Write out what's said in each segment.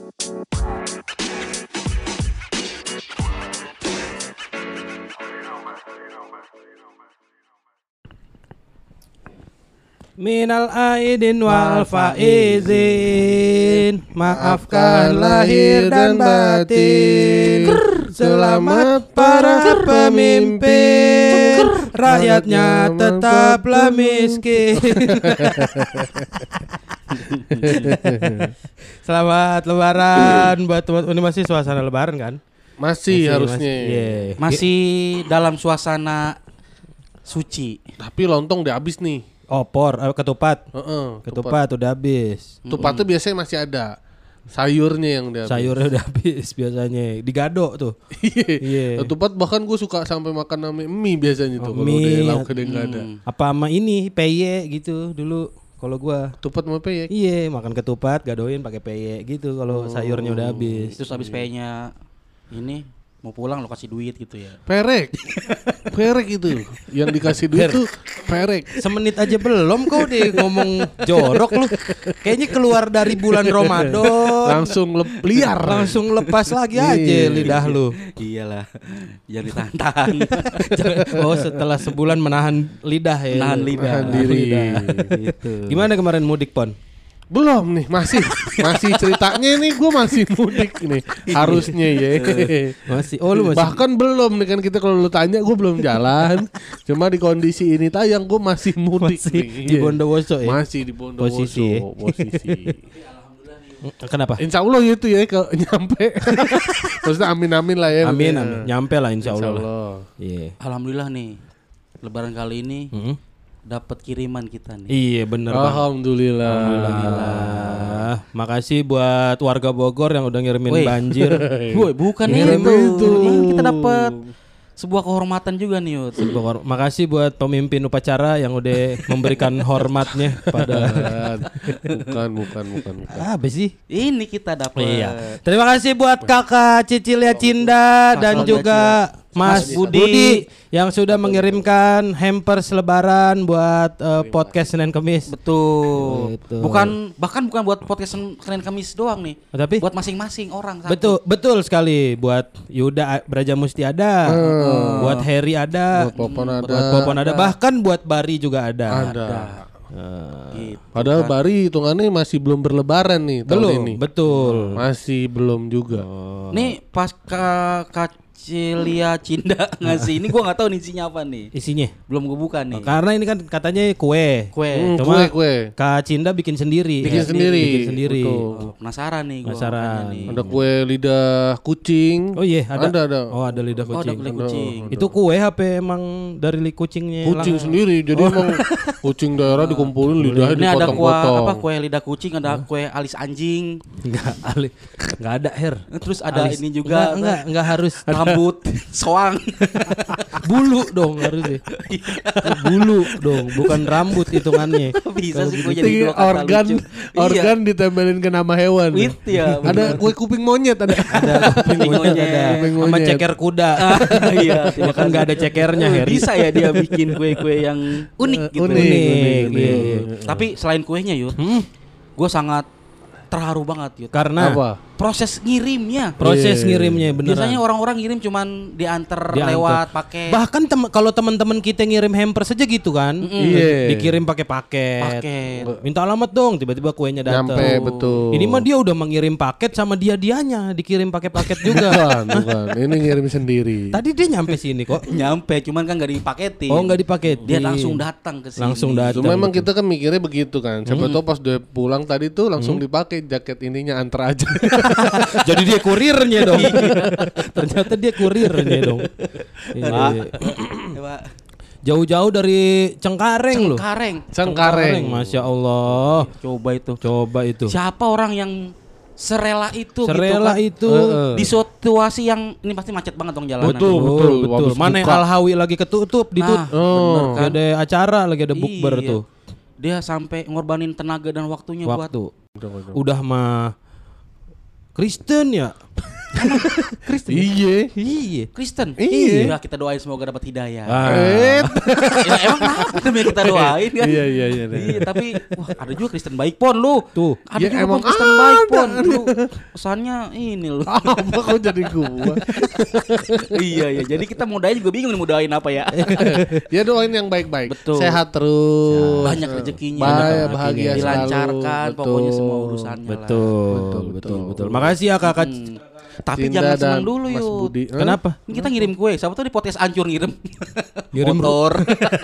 Minal aidin wal faizin, maafkan lahir dan batin. Selamat para pemimpin, rakyatnya tetaplah miskin. Selamat Lebaran buat teman. Ini masih suasana Lebaran kan? Masih harusnya. Masih dalam suasana suci. Tapi lontong udah habis nih. Opor, ketupat. Ketupat udah habis. Ketupat tuh biasanya masih ada. Sayurnya yang udah habis. Sayurnya udah habis biasanya. Digado tuh. Iya. Ketupat bahkan gue suka sampai makan sama mie biasanya tuh. Kalau udah lauknya nggak ada. Apa sama ini peye gitu dulu. Kalau gua ketupat sama peye. Iya, makan ketupat gadoin pakai peye gitu kalau sayurnya udah habis. Terus habis peyenya ini mau pulang lo kasih duit gitu ya. Perek itu. Yang dikasih duit tuh perek. Semenit aja belum kau deh ngomong jorok lu. Kayaknya keluar dari bulan Ramadan langsung lepas lagi aja lidah lu. Iyalah. Jangan ditahan. Oh, setelah sebulan menahan lidah ya. Menahan diri. Gitu. Gimana kemarin mudik, Pon? Belum nih, masih ceritanya nih gue masih mudik nih harusnya ya. Masih. Oh, lu masih. Bahkan belum nih kan kita kalau lu tanya gue belum jalan. Cuma di kondisi ini tayang gue masih mudik masih nih. Di Bondowoso ya. Masih di Bondowoso. Posisi. Kenapa? Insya Allah gitu ya kalau nyampe. Maksudnya amin lah ya. Amin. Nyampe lah insya Allah. Yeah. Alhamdulillah nih Lebaran kali ini dapat kiriman kita nih. Iya bener Bang. Alhamdulillah. Makasih buat warga Bogor yang udah ngirimin banjir. Woi, bukan itu. Kita dapat sebuah kehormatan juga nih, Yud. Makasih buat pemimpin upacara yang udah memberikan hormatnya pada. Bukan. Apa sih? Ini kita dapat. Iya. Terima kasih buat Kakak Cicilia Cinda dan juga Mas Budi yang sudah mengirimkan hampers Lebaran buat podcast Senin Kamis. Betul. Gitu. Bukan buat podcast Senin Kamis doang nih. Tapi buat masing-masing orang satu. Betul sekali. Buat Yuda Braja Musti ada, buat Harry ada, buat Popon ada, bahkan buat Bari juga ada. Gitu, padahal kan. Bari hitungannya masih belum berlebaran nih tahun ini. Betul. Masih belum juga. Nih pas Cilia Cinda ngasih ini gue nggak tahu nih isinya apa nih. Isinya belum gue buka nih. Karena ini kan katanya kue. Cuma kue. Kak Cinda bikin sendiri. Bikin sendiri. Oh, penasaran nih gue. Ada kue lidah kucing. Oh iya ada. Oh ada lidah kucing. Ada kucing. Itu kue HP emang dari kucingnya. Kucing sendiri. Jadi emang kucing daerah dikumpulin lidahnya Ini dipotong-potong. ada kue lidah kucing, ada kue alis anjing. Enggak ada Her. Terus ada alis. Ini juga enggak harus rambut soang. Bulu dong harusnya. Bulu dong, bukan rambut hitungannya. Bisa sih gue jadi dua kata organ ditempelin ke nama hewan. Ya, ada kue kuping monyet ada kuping monyet. Sama ceker kuda. Iya, kan enggak ada cekernya Her. Bisa ya dia bikin kue-kue yang unik gitu. Unik. Tapi selain kuenya Yud, gue sangat terharu banget Yud. Karena apa? Proses ngirimnya. Ngirimnya beneran. Biasanya orang-orang ngirim cuman diantar lewat paket. Bahkan kalau teman-teman kita ngirim hampers saja gitu kan. Dikirim pakai paket. Minta alamat dong, tiba-tiba kuenya datang. Nyampe betul. Ini mah dia udah mengirim paket sama dianya dikirim pakai paket juga. Bukan. Ini ngirim sendiri. Tadi dia nyampe sini kok. Nyampe, cuman kan enggak dipaketin. Oh, enggak dipaketin. Dia langsung datang ke sini. Cuma memang kita kan mikirnya begitu kan. Siapa tahu pas dia pulang tadi tuh langsung dipakai jaket ininya antar aja. Jadi dia kurirnya dong. Ternyata dia kurirnya dong. Jauh-jauh dari Cengkareng loh. Cengkareng. Masya Allah. Coba itu. Siapa orang yang serela itu itu di situasi yang ini pasti macet banget dong jalanan. Betul. Mana Al-Hawi lagi ketutup ditutup. Bener kan? Ada acara lagi ada bukber tuh. Dia sampai ngorbanin tenaga dan waktunya buat. Udah mah Kristen ya. Kristen. Iya. Kristen. Iya. Ya, kita doain semoga dapat hidayah. Ya, emang kenapa namanya kita doain kan? Iya. Iya, tapi wah ada juga Kristen baik pon lu. Tuh. Ada Ya, juga emang pon Kristen baik pon. Lu pesannya ini lu. Apa kok jadi gua? Iya. Jadi kita mau doain juga bingung nih mau doain apa ya. Ya doain yang baik-baik. Betul. Sehat terus. Banyak rezekinya. Bahagia selalu. Dilancarkan Betul. pokoknya semua urusannya lah. Betul. Makasih ya Kakak. Tapi Cinda jangan senang dan dulu Mas yuk. Budi. Kenapa? Ini kita ngirim kue, siapa tahu di podcast hancur ngirim. Ngirim motor.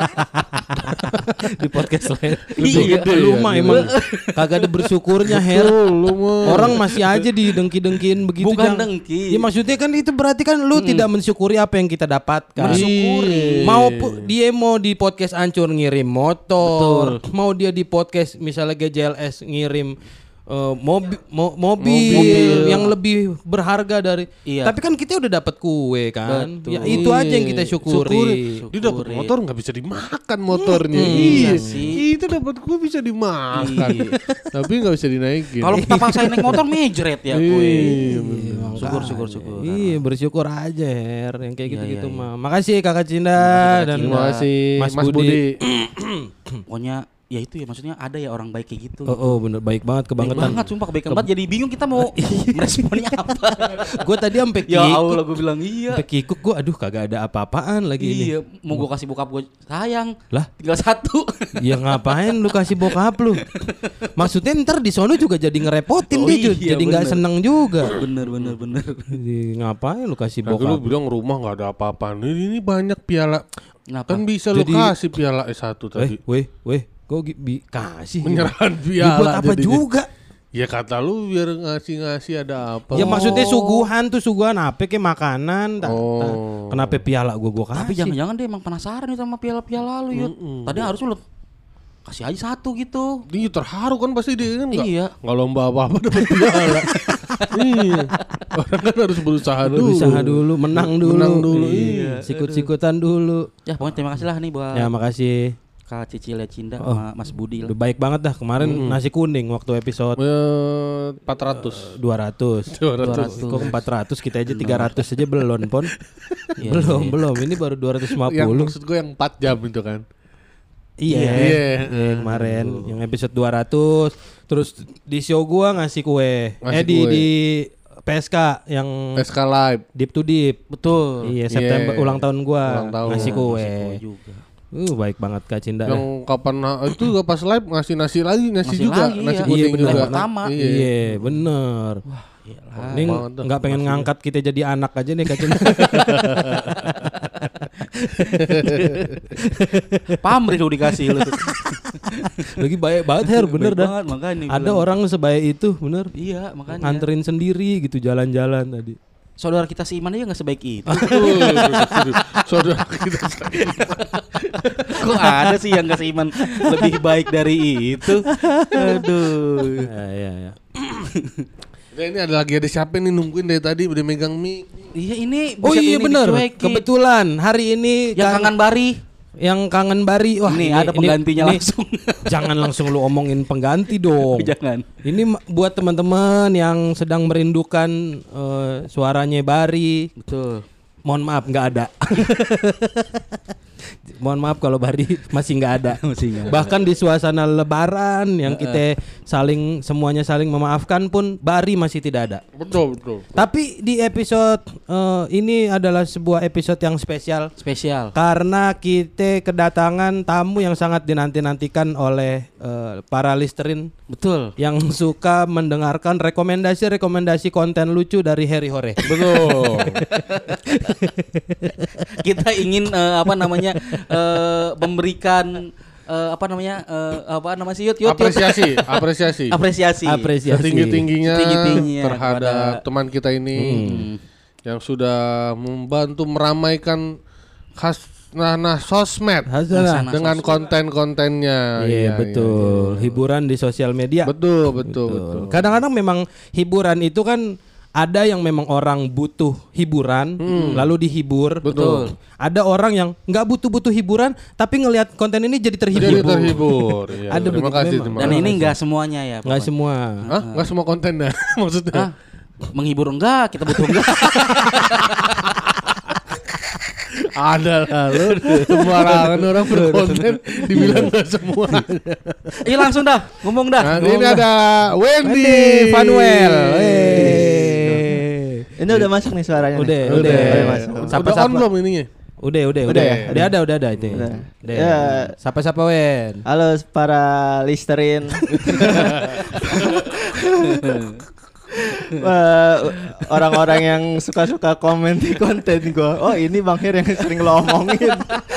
Di podcast lain. Iya. Lu mah emang kagak ada bersyukurnya, Her. Lu mah. Orang masih aja didengki-dengkiin begitu. Bukan Jang. dengki. Ya maksudnya kan itu berarti kan lu tidak mensyukuri apa yang kita dapatkan. Mensyukuri. Dia mau di podcast hancur ngirim motor. Mau dia di podcast misalnya GJLS ngirim mobil yang lebih berharga dari. Iya. Tapi kan kita udah dapat kue kan. Betul. Ya itu aja yang kita syukuri. Dia dapat motor nggak bisa dimakan motornya. Iya sih. Itu dapat gue bisa dimakan. Iya. Tapi nggak bisa dinaikin. Kalau kita paksain naik motor mejret ya kue. Syukur. Iya, bersyukur aja Her yang kayak gitu-gitu Iya. mah. Makasih Kakak Cinda dan Terima kasih Mas Mas Budi. Pokoknya ya itu ya maksudnya ada ya orang baik kayak gitu. Oh bener baik banget Baik kebangetan. banget sumpah kebaikan banget jadi bingung kita mau meresponnya apa. Gue tadi sampai Ya kikuk. Allah gue bilang iya. Sampai kikuk gue aduh kagak ada apa-apaan lagi ini. Iya, mau gue kasih bokap gue sayang. Lah? Tinggal satu. Ya ngapain lu kasih bokap lu? Maksudnya ntar di sono juga jadi ngerepotin Oh dia iya, jadi nggak bener. seneng juga. Bener. Jadi ngapain lu kasih Nah, lu bokap? bilang rumah nggak ada apa-apa. Ini banyak piala. Kenapa? Kan bisa lu Jadi- kasih piala S1 tadi. Weh, kok kasih? Menyerahkan Ya, piala. buat apa jadinya. juga? Ya kata lu biar ngasih ada apa. Ya maksudnya suguhan apa kayak makanan. Oh. Kenapa piala gua kasih? Tapi jangan-jangan dia emang penasaran nih sama piala-piala lu Yud. Tadi harusnya lu kasih aja satu gitu. Dia terharu kan pasti dia kan Iya. nggak lomba apa-apa dapat piala. Iya. Orang kan harus berusaha dulu. menang dulu. Iya. Sikut-sikutan dulu. Ya pokoknya terima kasih lah nih buat Ya makasih. Kak Cicilia Cinda sama Mas Budi lah. Udah baik banget dah kemarin nasi kuning waktu episode 400. 200. 200. Kok 400 kita aja 300 aja belum Pon. Iya, belum. Ini baru 250. Yang maksud gue yang 4 jam itu kan. Iya. Iya. Kemarin yang episode 200 terus di show gua ngasih kue. Ngasih Di kue. di PSK yang SK Live. Deep to Deep. Betul. Iya, September Iya. ulang tahun gua Ulang tahun. ngasih kue. Kue juga. Baik banget Kak Cinda. Yang kapan itu juga pas live ngasih nasi lagi, nasi Ngasih juga, lagi, nasi iya. kuning Iya, juga. bener. Pertama. Iya, bener. Iyalah. Ini banget tuh nggak pengen ngangkat kita jadi anak aja nih Kak Cinda. Pamrih lu dikasih lu. Lagi baik banget Her, bener Baik dah. banget, makanya Ada bilang. orang sebaik itu, bener. Iya, makanya. Nganterin sendiri gitu jalan-jalan tadi. Saudara kita seiman aja enggak sebaik itu. Saudara kita Kok ada sih yang enggak seiman lebih baik dari itu? Aduh. Ya. Nah, ini ada siapa nih nungguin dari tadi udah megang mic. Iya ini Oh iya ini bener. dicuekin. Kebetulan hari ini Yang kangen Bari. yang kangen Bari. Wah, Ini ada penggantinya langsung. Jangan langsung lu omongin pengganti dong. Jangan. Ini buat teman-teman yang sedang merindukan suaranya Bari. Betul. Mohon maaf nggak ada. Mohon maaf kalau Bari masih nggak ada. Bahkan di suasana Lebaran yang kita semuanya saling memaafkan pun Bari masih tidak ada. Betul. Tapi di episode ini adalah sebuah episode yang spesial Spesial. karena kita kedatangan tamu yang sangat dinanti-nantikan oleh para listerin Betul. yang suka mendengarkan rekomendasi konten lucu dari Harry Hore. Betul. Kita ingin memberikan apa namanya sih Yud? Apresiasi. Apresiasi. Setinggi-tingginya Setinggi-tingginya terhadap kepada- teman kita ini yang sudah membantu meramaikan sosmed Hasanah. dengan konten-kontennya. Iya betul. Hiburan di sosial media. Betul. Kadang-kadang memang hiburan itu kan ada yang memang orang butuh hiburan lalu dihibur. Betul. Ada orang yang nggak butuh hiburan tapi ngelihat konten ini jadi terhibur. Jadi terhibur. Iya, Ada terima begitu kasih. memang. terima Dan kasih. ini enggak semuanya ya. Nggak pokoknya. semua. Hah? Nggak semua kontennya maksudnya. menghibur enggak, kita butuh enggak. Ada lalu sembarangan orang berkonten dibilang nggak semuanya. Langsung dah, ngomong dah. Nah, ini ada Wendy Fanuel. Ini udah masuk nih suaranya. Udah masuk. Udah on belum ininya? Udah ya? Udah itu. Udah. Udah. Ya. Sapa Wen. Halo para listerin. Orang-orang yang suka-suka komen di konten gue. Oh ini Bang Her yang sering lo omongin.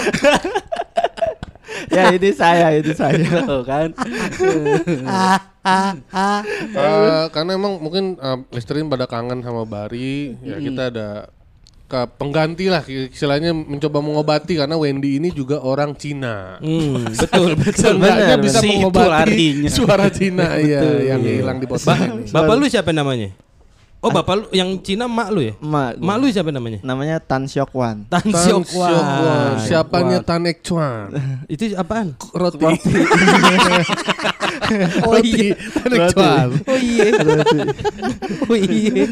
Ya ini saya Kan. Karena emang mungkin listerin pada kangen sama Bari, ya kita ada ke pengganti lah istilahnya, mencoba mengobati karena Wendy ini juga orang Cina. Betul. Seenggaknya bisa Si itu mengobati artinya. suara Cina yang hilang di podcast ini. Bapak lu siapa namanya? Oh, bapak lu yang Cina mak lu ya? Mak lu siapa namanya? Namanya Tan Siok Wan. Tan Tan Siok Siok Wan. Wan. Siapanya Tan Ek Chuan. Itu apaan? Roti. Oh iya. Tan Ek Chuan. Oh iya.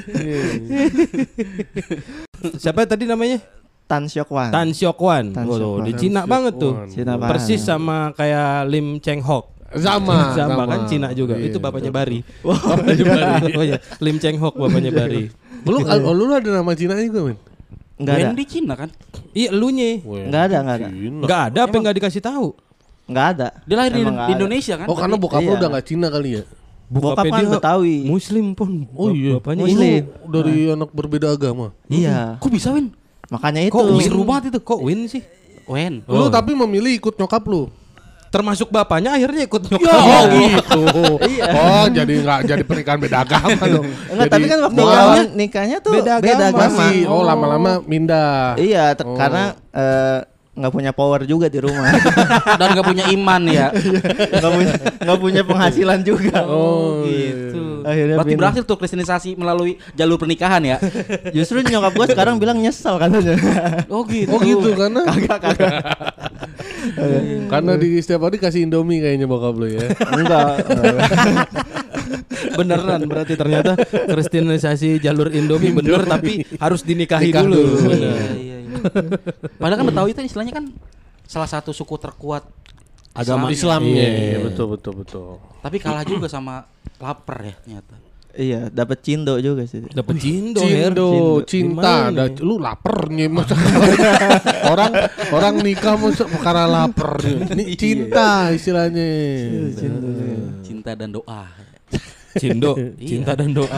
Siapa tadi namanya? Tan Siok Wan. Tan Siok Wan. Tan Oh, Siok Wan. di Cina banget tuh. Cina banget. Persis sama kayak Lim Cheng Hock. Sama kan Cina juga. Iya, Itu bapaknya Bari. Bapaknya Bari. Oh iya, Lim Cheng Hock bapaknya Bari. Lu ada nama Cina juga, men? Enggak ada. Wendy Cina kan? Iya, elunya. Enggak ada. Enggak ada apa enggak dikasih tahu? Enggak ada. Dia lahir Emang nggak di ada. Indonesia kan? Oh, karena bokap lu Iya. udah enggak Cina kali ya? Bokap kan Betawi. Muslim pun. Oh iya. Bapaknya Muslim. Lu dari anak berbeda agama. Iya. Kok bisa, Win? Makanya itu. Kok seru banget itu? Kok Win sih? Wen. Lu tapi memilih ikut nyokap lu. Termasuk bapaknya akhirnya ikut nyokap. Oh gitu. Iya. Oh, jadi enggak jadi pernikahan beda agama dong. Enggak, tapi kan waktu nikahnya awal nikahnya tuh beda beda agama. agama. Masih, lama-lama mindah. Iya, karena nggak punya power juga di rumah. Dan gak punya iman ya. nggak punya penghasilan juga. Oh, Gitu. Akhirnya Berarti pindah. berhasil tuh kristenisasi melalui jalur pernikahan ya. Justru nyokap gue sekarang bilang nyesal katanya. Oh gitu. Oh gitu karena Kagak. karena di setiap hari kasih Indomie kayaknya bokap lu ya. Enggak. Beneran berarti ternyata kristenisasi jalur Indomie bener tapi harus dinikahi Nikah dulu. dulu. Bener. Iya. Padahal kan Betawi itu istilahnya kan salah satu suku terkuat Agama Islamnya. Iya. Betul. tapi kalah juga sama lapar ya ternyata. Iya, dapat cindo juga sih. Dapat cindo, Her. Cinta, Gimana? lu lapernya masa orang nikah masa perkara lapar. Ini cinta istilahnya. Cinta dan doa. Cindo, Iya. cinta dan doa.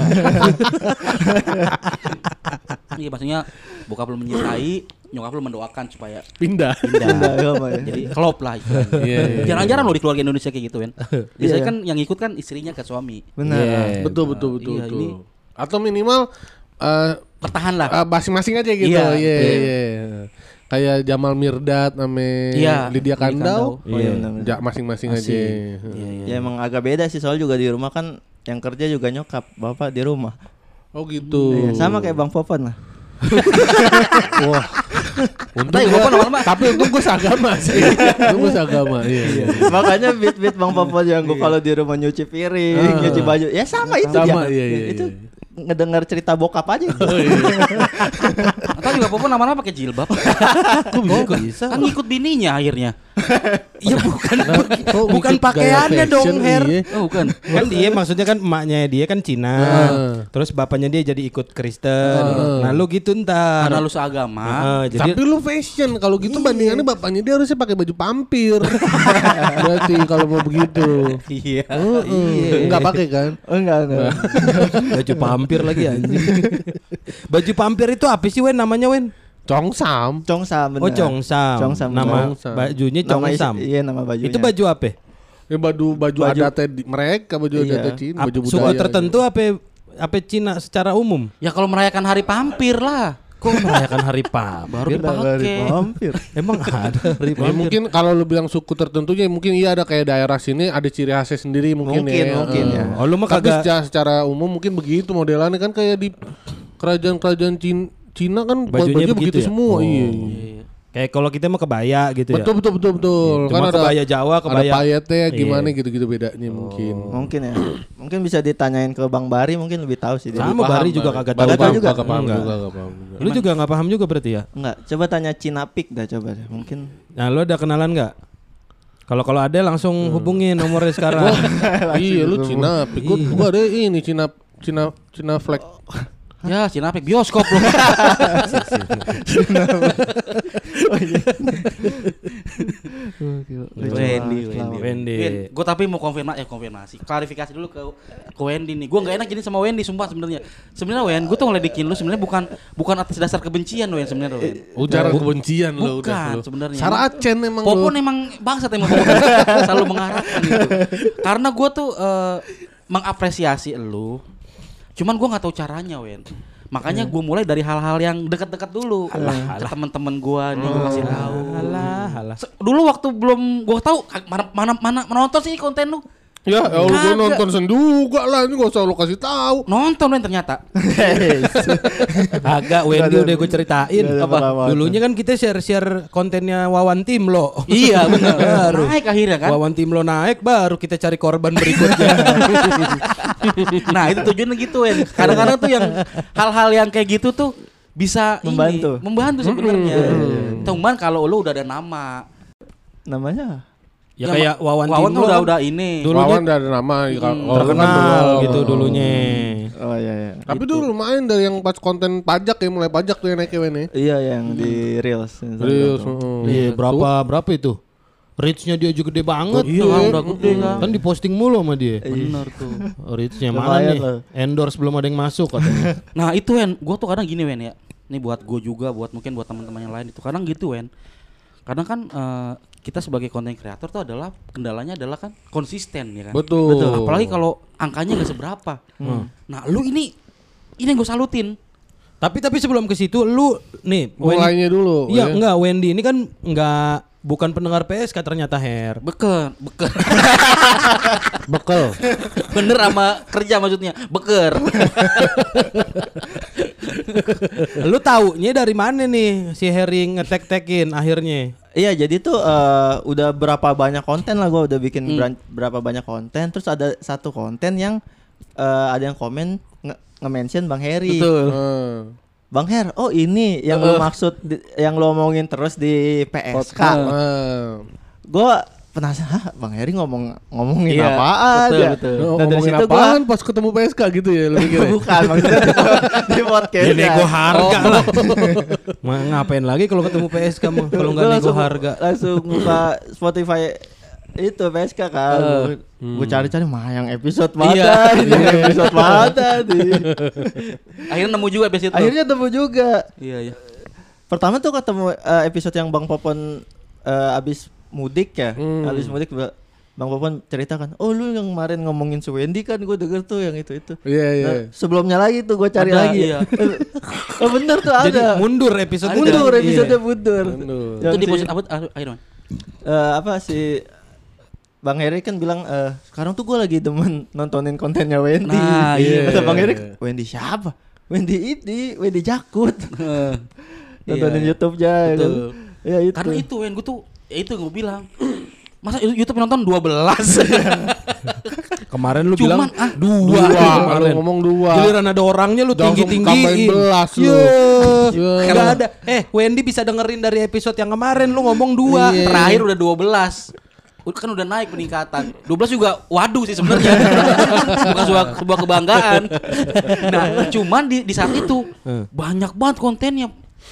Iya maksudnya bokap lu menyertai, nyokap lu mendoakan supaya Pindah. Pindah agama ya. jadi klop lah istilahnya. Iya. Jarang-jarang loh di keluarga Indonesia kayak gitu kan. Biasanya Iya. kan yang ikut kan istrinya ke suami. Benar. Iya. Betul. Iya, ini- Atau minimal Bertahan lah. masing-masing aja gitu. Iya, Iya. Kayak Jamal Mirdad sama Iya, Lydia Kandau. Oh iya benar. Masing-masing aja. Iya, iya. Ya emang agak beda sih, soal juga di rumah kan yang kerja juga nyokap, bapak di rumah. Oh gitu. Iya, sama kayak Bang Popon lah. Wah. Entah ya, Popon lama-lama. Tapi untung gue seagama sih. Untung gue seagama. Iya. Makanya beat Bang Popon yang gue kalau di rumah nyuci piring, nyuci baju, ya sama itu Sama, dia. iya. Itu ngedengar cerita bokap aja. Atau juga Popon lama-lama pakai jilbab. Kok bisa? Kan ngikut bininya akhirnya. Ya bukan Kok bukan ngikut gaya pakaiannya dong, fashion, Her. iya. Oh bukan. Kan dia maksudnya kan emaknya dia kan Cina. Terus bapaknya dia jadi ikut Kristen. Nah, lu gitu ntar. Karena lu seagama. Jadi Tapi lu fashion kalau gitu bandingannya bapaknya dia harusnya pakai baju pampir. Berarti kalau mau begitu. Iya. Enggak pakai kan? Oh enggak. baju pampir lagi anjing. Baju pampir itu apa sih, Wen, namanya, Wen? Congsam. Congsam bener. Oh, Congsam. Congsam, Nama Congsam. bajunya Congsam. Iya nama bajunya. Itu baju apa? Ya baju adatnya mereka, baju Iya. adatnya Cina, baju Suku budaya. tertentu apa Cina secara umum? Ya kalau merayakan hari pampir lah. Kok merayakan hari pampir? Baru dipakai. Hampir. Emang ada hari Ya, pampir? mungkin kalau lu bilang suku tertentunya mungkin iya ada kayak daerah sini ada ciri khasnya sendiri mungkin Mungkin, ya. ya. Oh, lu mah Tapi kagak secara umum mungkin begitu modelannya kan kayak di kerajaan-kerajaan Cina kan Bajunya bajunya begitu begitu ya? semua. Oh. Iya. Iya. Kayak kalau kita mah kebaya gitu ya. Betul. Cuma Kan kebaya Jawa, kebaya. ada payetnya gimana Iya. gitu-gitu bedanya mungkin. Mungkin ya. Mungkin bisa ditanyain ke Bang Bari, mungkin lebih tahu sih dia. Sama Bari juga kagak tahu. Nggak tahu juga. Gak paham Enggak. juga, gak paham juga. Lu juga nggak paham juga berarti ya? Enggak, coba tanya Cinapik dah coba deh. Mungkin Nah, lu ada kenalan nggak? Kalau ada langsung hubungin nomornya sekarang. Iya lu Cina, gua ada ini Cina flag. Ya, Cinapik bioskop lu. Wendy. Gue tapi mau konfirmasi. Klarifikasi dulu ke Wendy nih. Gue nggak enak jadi sama Wendy sumpah sebenarnya. Sebenarnya Wen, gue tuh ngeledekin lu sebenarnya bukan atas dasar kebencian Wen sebenarnya Wen. Ujaran kebencian lu udah. Bukan lu. sebenarnya. Saracen emang lu. Popon emang bangsat emang Popon. Selalu mengarahkan gitu. Karena gue tuh mengapresiasi lu. Cuman gue nggak tahu caranya Wen. Makanya gue mulai dari hal-hal yang dekat-dekat dulu. Ke teman-teman gue nih gue kasih tahu. Alah. Dulu waktu belum gue tahu mana nonton sih konten lu. Ya, lu gua Kagak. nonton juga lah, ini gak usah lu kasih tahu. Nonton Wen ternyata. Agak Wendy udah gue ceritain. Nggak ada Apa? perawatan. Dulunya kan kita share kontennya Wawan Timlo. Iya benar. Baru. Naik akhirnya kan. Wawan Timlo naik baru kita cari korban berikutnya. Nah itu tujuannya gitu Wen. Kadang-kadang tuh yang hal-hal yang kayak gitu tuh bisa membantu sebenarnya. Cuman kalau lu udah ada nama. namanya Ya kayak Wawan Wawan Timlo tuh kan udah ini. dulunya Wawan udah ada nama, terkenal gitu dulunya. Oh iya. Tapi dulu lumayan dari yang pas konten pajak ya, mulai pajak tuh yang naik ini. Iya yang di Reels. Serius. Iya, berapa itu? Reach-nya dia juga gede banget. Iya tuh. udah gede kan. Kan diposting mulu sama dia. Bener tuh. Reach-nya mana Lumayan nih? loh. Endorse belum ada yang masuk katanya. Nah itu Wen, gue tuh kadang gini Wen ya. Ini buat gue juga, mungkin buat teman-teman yang lain itu kadang gitu Wen. Kadang kan kita sebagai konten kreator tuh adalah kendalanya adalah kan konsisten ya kan. Betul. Apalagi kalau angkanya gak seberapa. Nah lu ini yang gue salutin. Tapi sebelum ke situ lu nih Mulainya dulu. Iya, enggak Wendy ini kan bukan pendengar PSK ternyata Her. Beker. Bekel. Bener sama kerja maksudnya. Beker. Lu taunya dari mana nih si Heri ngetek-tekin akhirnya? Iya jadi tuh udah berapa banyak konten lah, gue udah bikin berapa banyak konten. Terus ada satu konten yang ada yang komen nge-mention Bang Heri. Betul. Bang Her, oh ini yang lu maksud yang lu omongin terus di PSK. Gue penasaran, Bang Heri ngomongin Iya, apaan betul, ya? betul. Nah, dari Ngomongin situ gua apaan pas ketemu PSK gitu ya lu mikirnya? bukan maksudnya di podcast. Ini nego harga lah. Ngapain lagi kalau ketemu PSK mah kalau nggak nego harga. Langsung buka Spotify itu PSK kan. Gue cari-cari yang episode mana episode mana nih. Akhirnya nemu juga episode itu. Akhirnya temu juga. Iya. Pertama tuh ketemu episode yang Bang Popon abis mudik ya. Abis mudik Bang Popon ceritakan, oh lu yang kemarin ngomongin si Wendy kan gue denger tuh yang itu. Iya. Nah, sebelumnya lagi tuh gue cari Ada, lagi. iya. Oh bener tuh Jadi ada. mundur episode Mundur Iya. episode mundur. Itu di posisi apa? Akhirnya. Apa sih Bang Heri kan bilang sekarang tuh gue lagi demen nontonin kontennya Wendy. Nah, iya. Kata Bang Heri, Wendy siapa? Wendy Jakut. Nontonin Iya. YouTube-nya. Betul. Ya itu. Karena itu Wen, gue tuh ya itu gue bilang. Masa YouTube nonton 12? Kemarin lu Cuman, bilang Dua, kemarin. lu ngomong dua. Giliran ada orangnya lu Langsung tinggi-tinggiin. tambahin belas lu. Iya. Enggak ada. Wendy bisa dengerin dari episode yang kemarin lu ngomong 2. Terakhir udah 12. Kan udah naik peningkatan. 12 juga waduh sih sebenarnya. Bukan sebuah kebanggaan. Nah, cuman di saat itu banyak banget kontennya.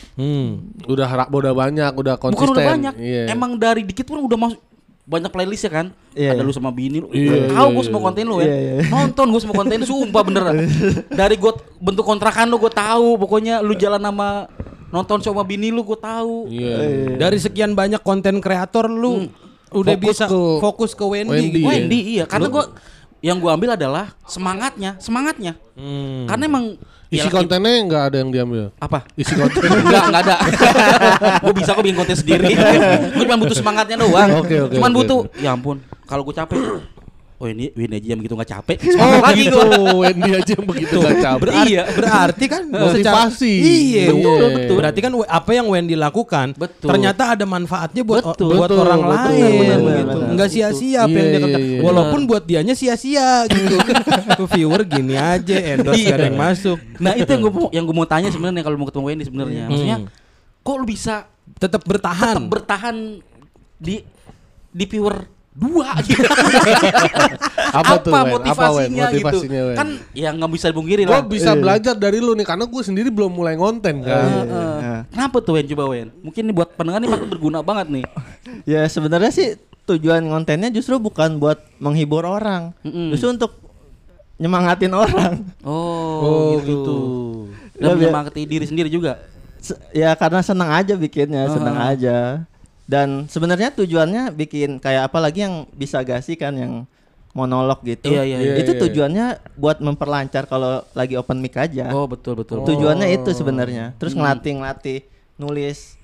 Udah banyak, udah konsisten. Bukan udah banyak. Iya. Emang dari dikit pun udah masuk banyak playlist ya kan. Iya, Ada iya. lu sama bini lu. Iya, Tahu iya, gue semua iya. konten lu ya. Iya, iya. Nonton gue semua konten sumpah beneran. Dari gue bentuk kontrakan lu gue tahu. Pokoknya lu jalan sama nonton sama bini lu gue tahu. Iya. Dari sekian banyak konten kreator lu udah Fokus bisa ke fokus ke Wendy. Wendy. gitu. Wendy iya karena gue yang gue ambil adalah semangatnya. Karena emang Isi kontennya nggak ada yang diambil. apa? Isi konten. Enggak ada. Gue bisa kok bikin konten sendiri. Gue cuma butuh semangatnya doang. Oke. Cuman butuh, ya ampun, kalau gue capek. oh ini aja yang begitu nggak capek. Oh Semangat lagi gitu, gua. Wendy aja yang begitu gak capek. Berarti kan Motivasi. Iya, Betul. Berarti kan apa yang Wendy lakukan Betul. ternyata ada manfaatnya buat Betul. buat Betul, orang betul, lain benar, gitu. benar. Enggak sia-sia apa yang dia Iya, kerja. iya, iya. Walaupun buat dianya sia-sia gitu. Tuh viewer gini aja endorse gak ada yang masuk. Nah itu yang gue mau tanya sebenarnya kalau mau ketemu Wendy sebenarnya. Maksudnya kok lu bisa Tetap bertahan. di viewer 2 gitu. Apa tuh, Wen? motivasinya, Apa, Wen? Motivasinya, gitu. Wen? Kan ya nggak bisa dibungkiri Gue lah. bisa belajar dari lu nih karena gue sendiri belum mulai ngonten kan. Kenapa tuh Wen? Coba Wen. Mungkin nih buat pendengar nih pasti berguna banget nih. Ya sebenarnya sih tujuan kontennya justru bukan buat menghibur orang, justru untuk nyemangatin orang. Oh, gitu. Dan Ya, menyemangati diri sendiri juga. Ya karena senang aja bikinnya, senang aja. Dan sebenarnya tujuannya bikin kayak apa lagi yang bisa gasi kan yang monolog gitu. Iya. Itu tujuannya buat memperlancar kalau lagi open mic aja. Oh, betul. Tujuannya itu sebenarnya. Terus ngelatih nulis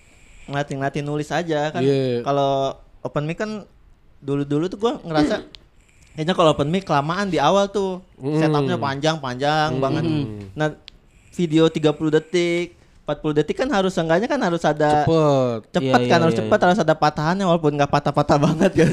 aja kan. Iya. Kalau open mic kan dulu tuh gua ngerasa kayaknya kalau open mic kelamaan di awal tuh. Setupnya panjang banget. Nah, video 30 detik 40 detik kan seenggaknya kan harus ada cepet Iya, kan iya, harus iya, cepet, harus ada patahannya walaupun nggak patah-patah banget kan.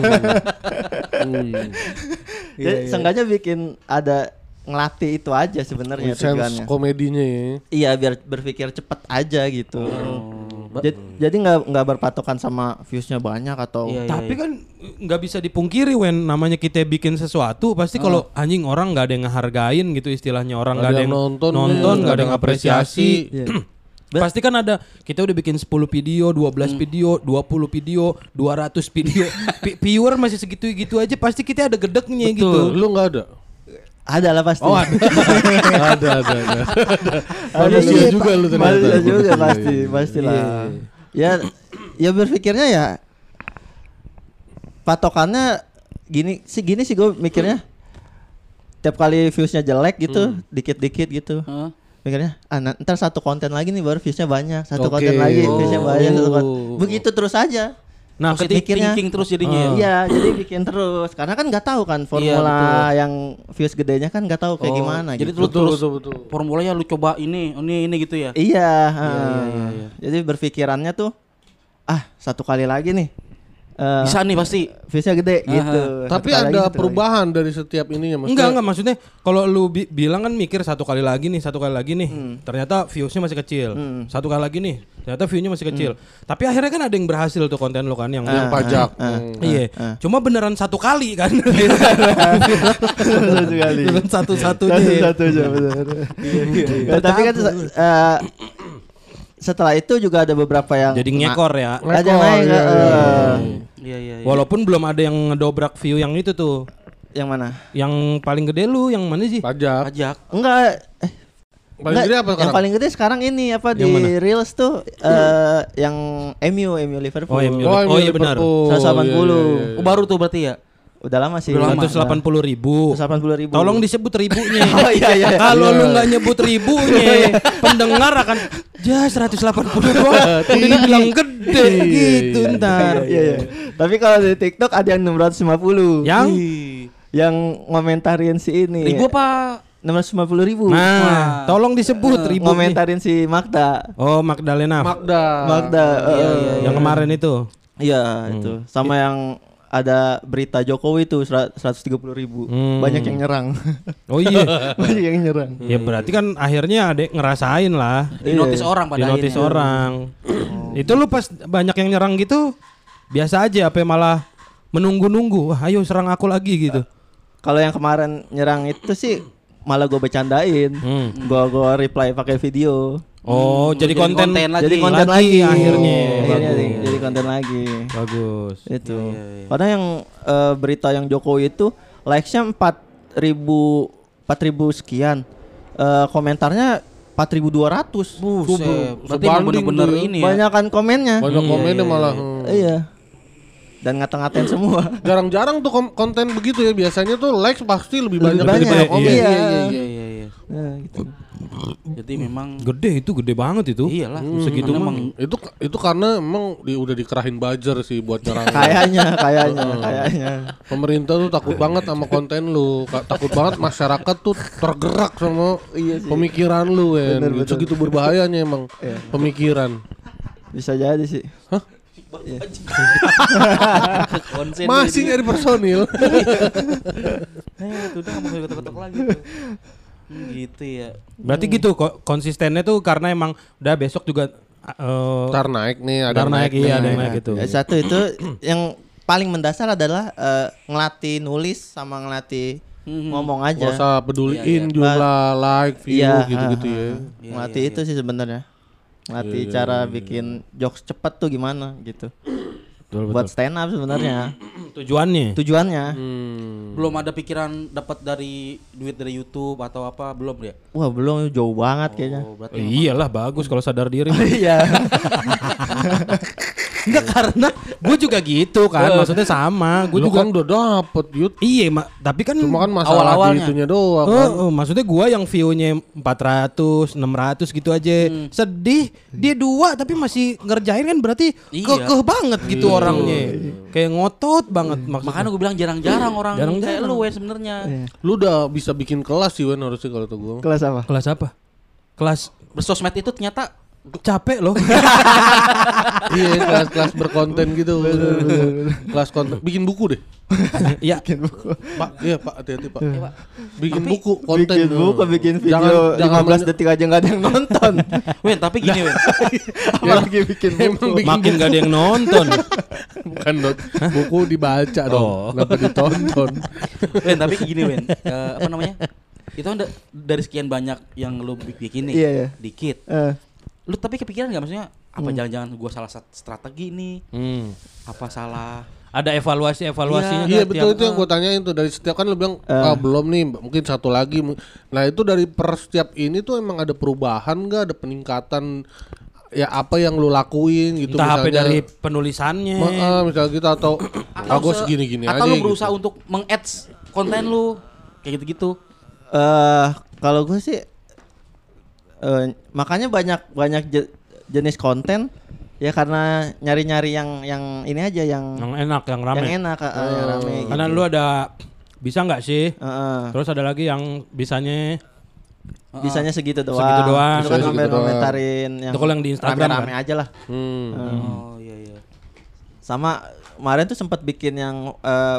Jadi seenggaknya bikin ada ngelatih itu aja sebenarnya Sense tujuannya. komedinya ya. Iya biar berpikir cepet aja gitu. Jadi nggak berpatokan sama viewsnya banyak atau. Iya, Tapi kan nggak bisa dipungkiri Wen, namanya kita bikin sesuatu pasti kalau anjing orang nggak ada yang ngehargain gitu istilahnya, orang nggak ada yang nonton, nggak ada yang apresiasi. Iya. Pasti kan ada, kita udah bikin 10 video, 12 video, 20 video, 200 video. Viewer masih segitu-gitu aja pasti kita ada gedeknya gitu. Lu nggak ada? Ada lah pasti. Oh ada. ada. Manusia juga lu ternyata. Manusia juga pastilah. Ya berpikirnya ya patokannya gini sih gue mikirnya. Tiap kali viewsnya jelek gitu, dikit-dikit gitu. Mikirnya, ntar satu konten lagi nih baru viewsnya banyak, satu konten lagi viewsnya banyak, satu konten. Begitu terus aja. Nah, mikirnya thinking terus jadinya. Iya, jadi bikin terus. Karena kan nggak tahu kan formula yang views gedenya kan nggak tahu kayak gimana. Jadi gitu. terus formulanya lu coba ini gitu ya. Iya. Iya. Jadi berpikirannya tuh, satu kali lagi nih. Bisa nih pasti. Viewsnya gede gitu. Tapi Satu kali ada lagi, perubahan dari setiap ininya maksudnya. Enggak maksudnya kalau lu bilang kan mikir satu kali lagi nih, ternyata viewsnya masih kecil. Satu kali lagi nih, ternyata viewnya masih kecil. Tapi akhirnya kan ada yang berhasil tuh konten lu kan yang Pajak. Iya. Cuma beneran satu kali kan. Satu kali. Satu-satunya. benar. Iya. Tapi kan setelah itu juga ada beberapa yang Jadi ngekor ya. ada yang naik. Iya. Walaupun belum ada yang ngedobrak view yang itu tuh. Yang mana? Yang paling gede lu yang mana sih? Pajak. Enggak. Paling gede apa Yang sekarang? paling gede sekarang ini apa di Yang mana? Reels tuh yang MU Liverpool. MU. Oh iya benar. 180. Oh, baru tuh berarti ya. Udah lama sih. 180.000. 180.000. Tolong disebut ribunya. Oh iya. Kalau lu nggak nyebut ribunya, pendengar akan 180 doang. Ini bilang gede gitu ntar. Iya. Tapi kalau di TikTok ada yang 650. Yang ngomentarin si ini. Ribu apa? 650.000. Nah, tolong disebut ribunya. Ngomentarin si Magda. Oh, Magdalena. Magda. Yang kemarin itu. Iya, itu. Sama yang ada berita Jokowi itu 130.000. Banyak yang nyerang. Oh iya. Banyak yang nyerang. Ya berarti kan akhirnya adek ngerasain lah. Di notice orang pada Di notice akhirnya. orang. Itu lu pas banyak yang nyerang gitu biasa aja apa malah menunggu-nunggu. Wah, ayo serang aku lagi gitu. Kalau yang kemarin nyerang itu sih malah gue bercandain. Gue reply pakai video. Oh, jadi konten lagi. Jadi konten lagi akhirnya. Jadi konten lagi. Bagus. Itu. Karena yang berita yang Jokowi itu likes-nya 4.000 sekian. Komentarnya 4.200. Buset. Berarti emang bener-bener ini ya. Banyakan komennya. Banyak komennya malah. Iya. Dan ngata-ngatain semua. Jarang-jarang tuh konten begitu ya. Biasanya tuh likes pasti lebih banyak banyak. daripada komen. Iya. Iya. Nah, gitu. Jadi memang Gede banget itu. iyalah. Segitu Karena mah. emang Itu karena emang udah dikerahin buzzer sih buat nyerang. Kayaknya. Pemerintah tuh takut banget sama konten lu, takut banget masyarakat tuh tergerak sama pemikiran lu, Wen. Segitu berbahayanya emang pemikiran. Bisa jadi sih. konsen Masih nyari personil. itu udah enggak mau ketok-ketok lagi tuh. Gitu ya. Berarti gitu konsistennya tuh karena emang udah besok juga Ntar naik nih, ada ntar naik nih. iya, ada yang naik gitu. Ya, satu itu yang paling mendasar adalah ngelatih nulis sama ngelatih ngomong Gak aja. usah peduliin jumlah like, view Iya, gitu-gitu ya. Ngelatih itu sih sebenarnya. Ngelatih cara bikin jokes cepet tuh gimana gitu. Betul, Buat stand up sebenarnya. Tujuannya. Tujuannya. Belum ada pikiran dapat dari duit dari YouTube atau apa belum ya? Wah, belum, jauh banget kayaknya. Oh, berarti Iyalah bagus kalau sadar diri. Iya. Enggak karena gue juga gitu kan, maksudnya sama. Gue Lu juga kan udah dapet Yud. iya, tapi kan Cuma kan masalah awal-awalnya. di itunya doang kan. maksudnya gua yang view-nya 400, 600 gitu aja. Sedih, dia 2 tapi masih ngerjain kan berarti Iya. kekeh banget gitu orangnya. Kayak ngotot banget maksudnya. makanya gue bilang jarang-jarang orang kayak Jarang-jarang. lu sebenarnya. Lu udah bisa bikin kelas sih Wen harusnya kalau tuh gua. Kelas apa? Kelas apa? Kelas Bersosmed itu ternyata capek loh. Iya, kelas-kelas berkonten gitu. Kelas konten, bikin buku deh. Iya. Pak, iya Pak, hati-hati Pak. Pak. Bikin buku konten. Bikin buku, bikin video Jangan 15 detik aja nggak ada yang nonton. Wen, tapi gini Wen. Apalagi bikin Emang buku. bikin Makin gak ada yang nonton. bukan buku dibaca dong. Kenapa ditonton? Wen, tapi gini Wen. Apa namanya? Itu kan dari sekian banyak yang lu bikin nih. Iya, iya. Dikit. Lu tapi kepikiran nggak maksudnya apa jangan-jangan gua salah strategi nih? Apa salah? Ada evaluasinya. Iya kan betul, tiap- itu yang gue tanyain tuh dari setiap kan lu bilang belum nih, mungkin satu lagi. Nah itu dari per setiap ini tuh emang ada perubahan nggak, ada peningkatan ya apa yang lu lakuin gitu, Entah apa misalnya dari penulisannya. misalnya gitu atau gue segini-gini aja atau lu berusaha gitu. untuk meng-ads konten lu kayak gitu-gitu. Kalau gue sih makanya banyak jenis konten ya karena nyari-nyari yang ini aja yang enak, yang rame. yang enak yang rame Karena gitu. lu ada bisa nggak sih? Heeh. Terus ada lagi yang bisanya Bisanya segitu doang. Segitu doang. Itu kan Bisanya segitu doang. komentarin yang Itu kalau yang di Instagram rame-rame kan? aja lah. Oh iya iya. Sama kemarin tuh sempat bikin yang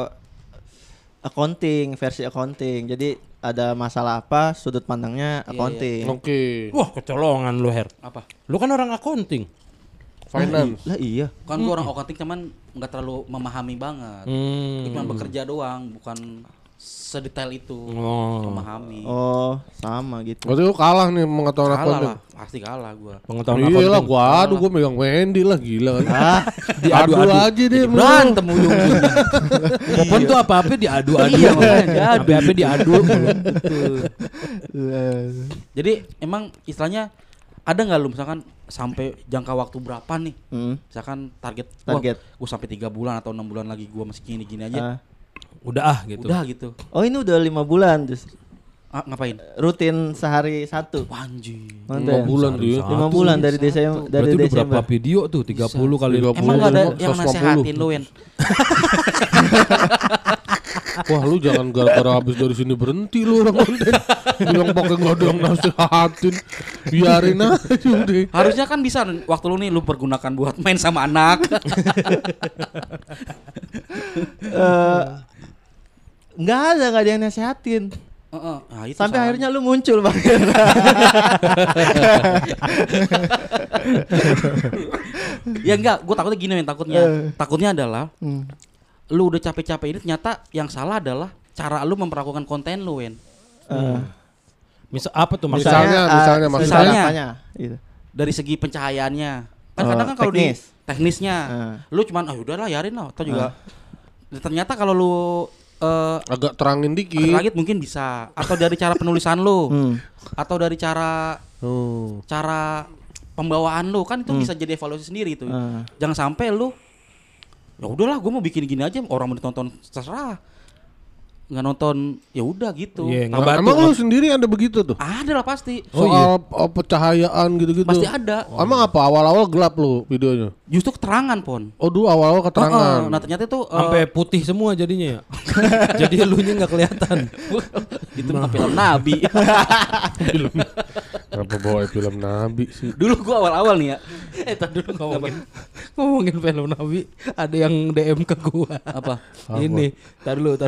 versi accounting. Jadi ada masalah apa sudut pandangnya accounting. Oke. wah kecolongan lu Her. Apa? Lu kan orang accounting. Finance. Lah iya. Kan gua orang accounting cuman nggak terlalu memahami banget. Gua cuma bekerja doang, bukan sedetail itu memahami. Oh, sama gitu. Berarti lu kalah nih mengetahui Kalah konten. lah, pasti kalah gua. Pengetahuan Iya lah, accounting. gua megang Wendy lah, gila kan. Diadu-adu. Adu aja deh lu. Berantem ujung-ujungnya. Popon tuh apa-apa diadu-adu. Iya, makanya diadu. Apa-apa diadu. Jadi emang istilahnya ada nggak lu misalkan sampai jangka waktu berapa nih? Misalkan target. Target. Wah, gua sampai 3 bulan atau 6 bulan lagi gua masih gini-gini aja. Udah gitu. Udah gitu. Oh, ini udah 5 bulan terus. Ngapain? Rutin sehari 1. Anjing. 5 bulan tuh ya. 5 bulan dari Desember. Dari Berarti udah Desember. berapa video tuh? 30 kali. 30. Emang gak ada yang 150. nasehatin lu, Wen? Wah lu jangan gara-gara habis dari sini berhenti lu orang konten. Bilang pokoknya gak ada yang nasihatin. Biarin aja udah. Harusnya kan bisa waktu lu nih lu pergunakan buat main sama anak. Nggak ada yang nasehatin. Nah, itu Sampai salah. akhirnya lu muncul Bang. Ya enggak, gue takutnya gini men, takutnya adalah lu udah capek-capek ini ternyata yang salah adalah cara lu memperlakukan konten lu, Wen. Misal apa tuh maksudnya? Misalnya. apanya? Gitu. Dari segi pencahayaannya. Kan kadang kan kalau di teknis. teknisnya lu cuman udahlah yarin lah atau juga ternyata kalau lu Agak terangin dikit. lagi mungkin bisa atau dari cara penulisan lu atau dari cara pembawaan lu kan itu bisa jadi evaluasi sendiri itu. Jangan sampai lu ya udahlah gue mau bikin gini aja orang mau ditonton terserah. nggak nonton ya udah gitu. Iya, Nah, ngebatu. emang lu sendiri ada begitu tuh? Ada lah pasti. Soal pencahayaan gitu-gitu. Pasti ada. Emang apa awal-awal gelap lu videonya? Justru keterangan pon. Oh dulu awal-awal keterangan. Nah ternyata itu Sampai putih semua jadinya ya. Jadi elunya nggak kelihatan. itu mah film Nabi. Kenapa bawa film Nabi sih? Dulu gua awal-awal nih ya. Tadi dulu ngomongin film Nabi, ada yang DM ke gua. Apa? Ini, tar lu.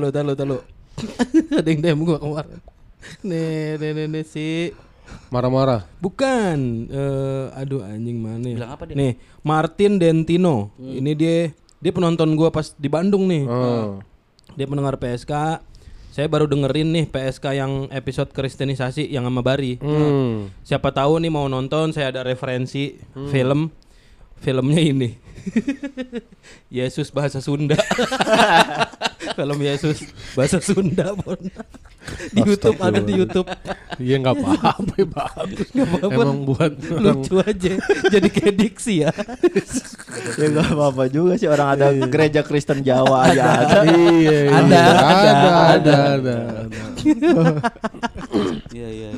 Ada yang DM gua kemarin. Nih si Marah-marah. bukan aduh anjing mana ya? Bilang apa dia? Nih, Martin Dentino. Ini dia penonton gua pas di Bandung nih. Oh. Dia pendengar PSK. Saya baru dengerin nih PSK yang episode kristenisasi yang sama Bari. Siapa tahu nih mau nonton, saya ada referensi film. Filmnya ini. Yesus bahasa Sunda. Film Yesus bahasa Sunda, Bon. Di YouTube ada di YouTube. Iya nggak apa-apa, bagus. Apa-apa. Emang buat Lucu aja. Jadi kayak diksi ya. Ya nggak apa-apa juga sih, orang ada gereja Kristen Jawa aja ada. Iya, ada. Iya.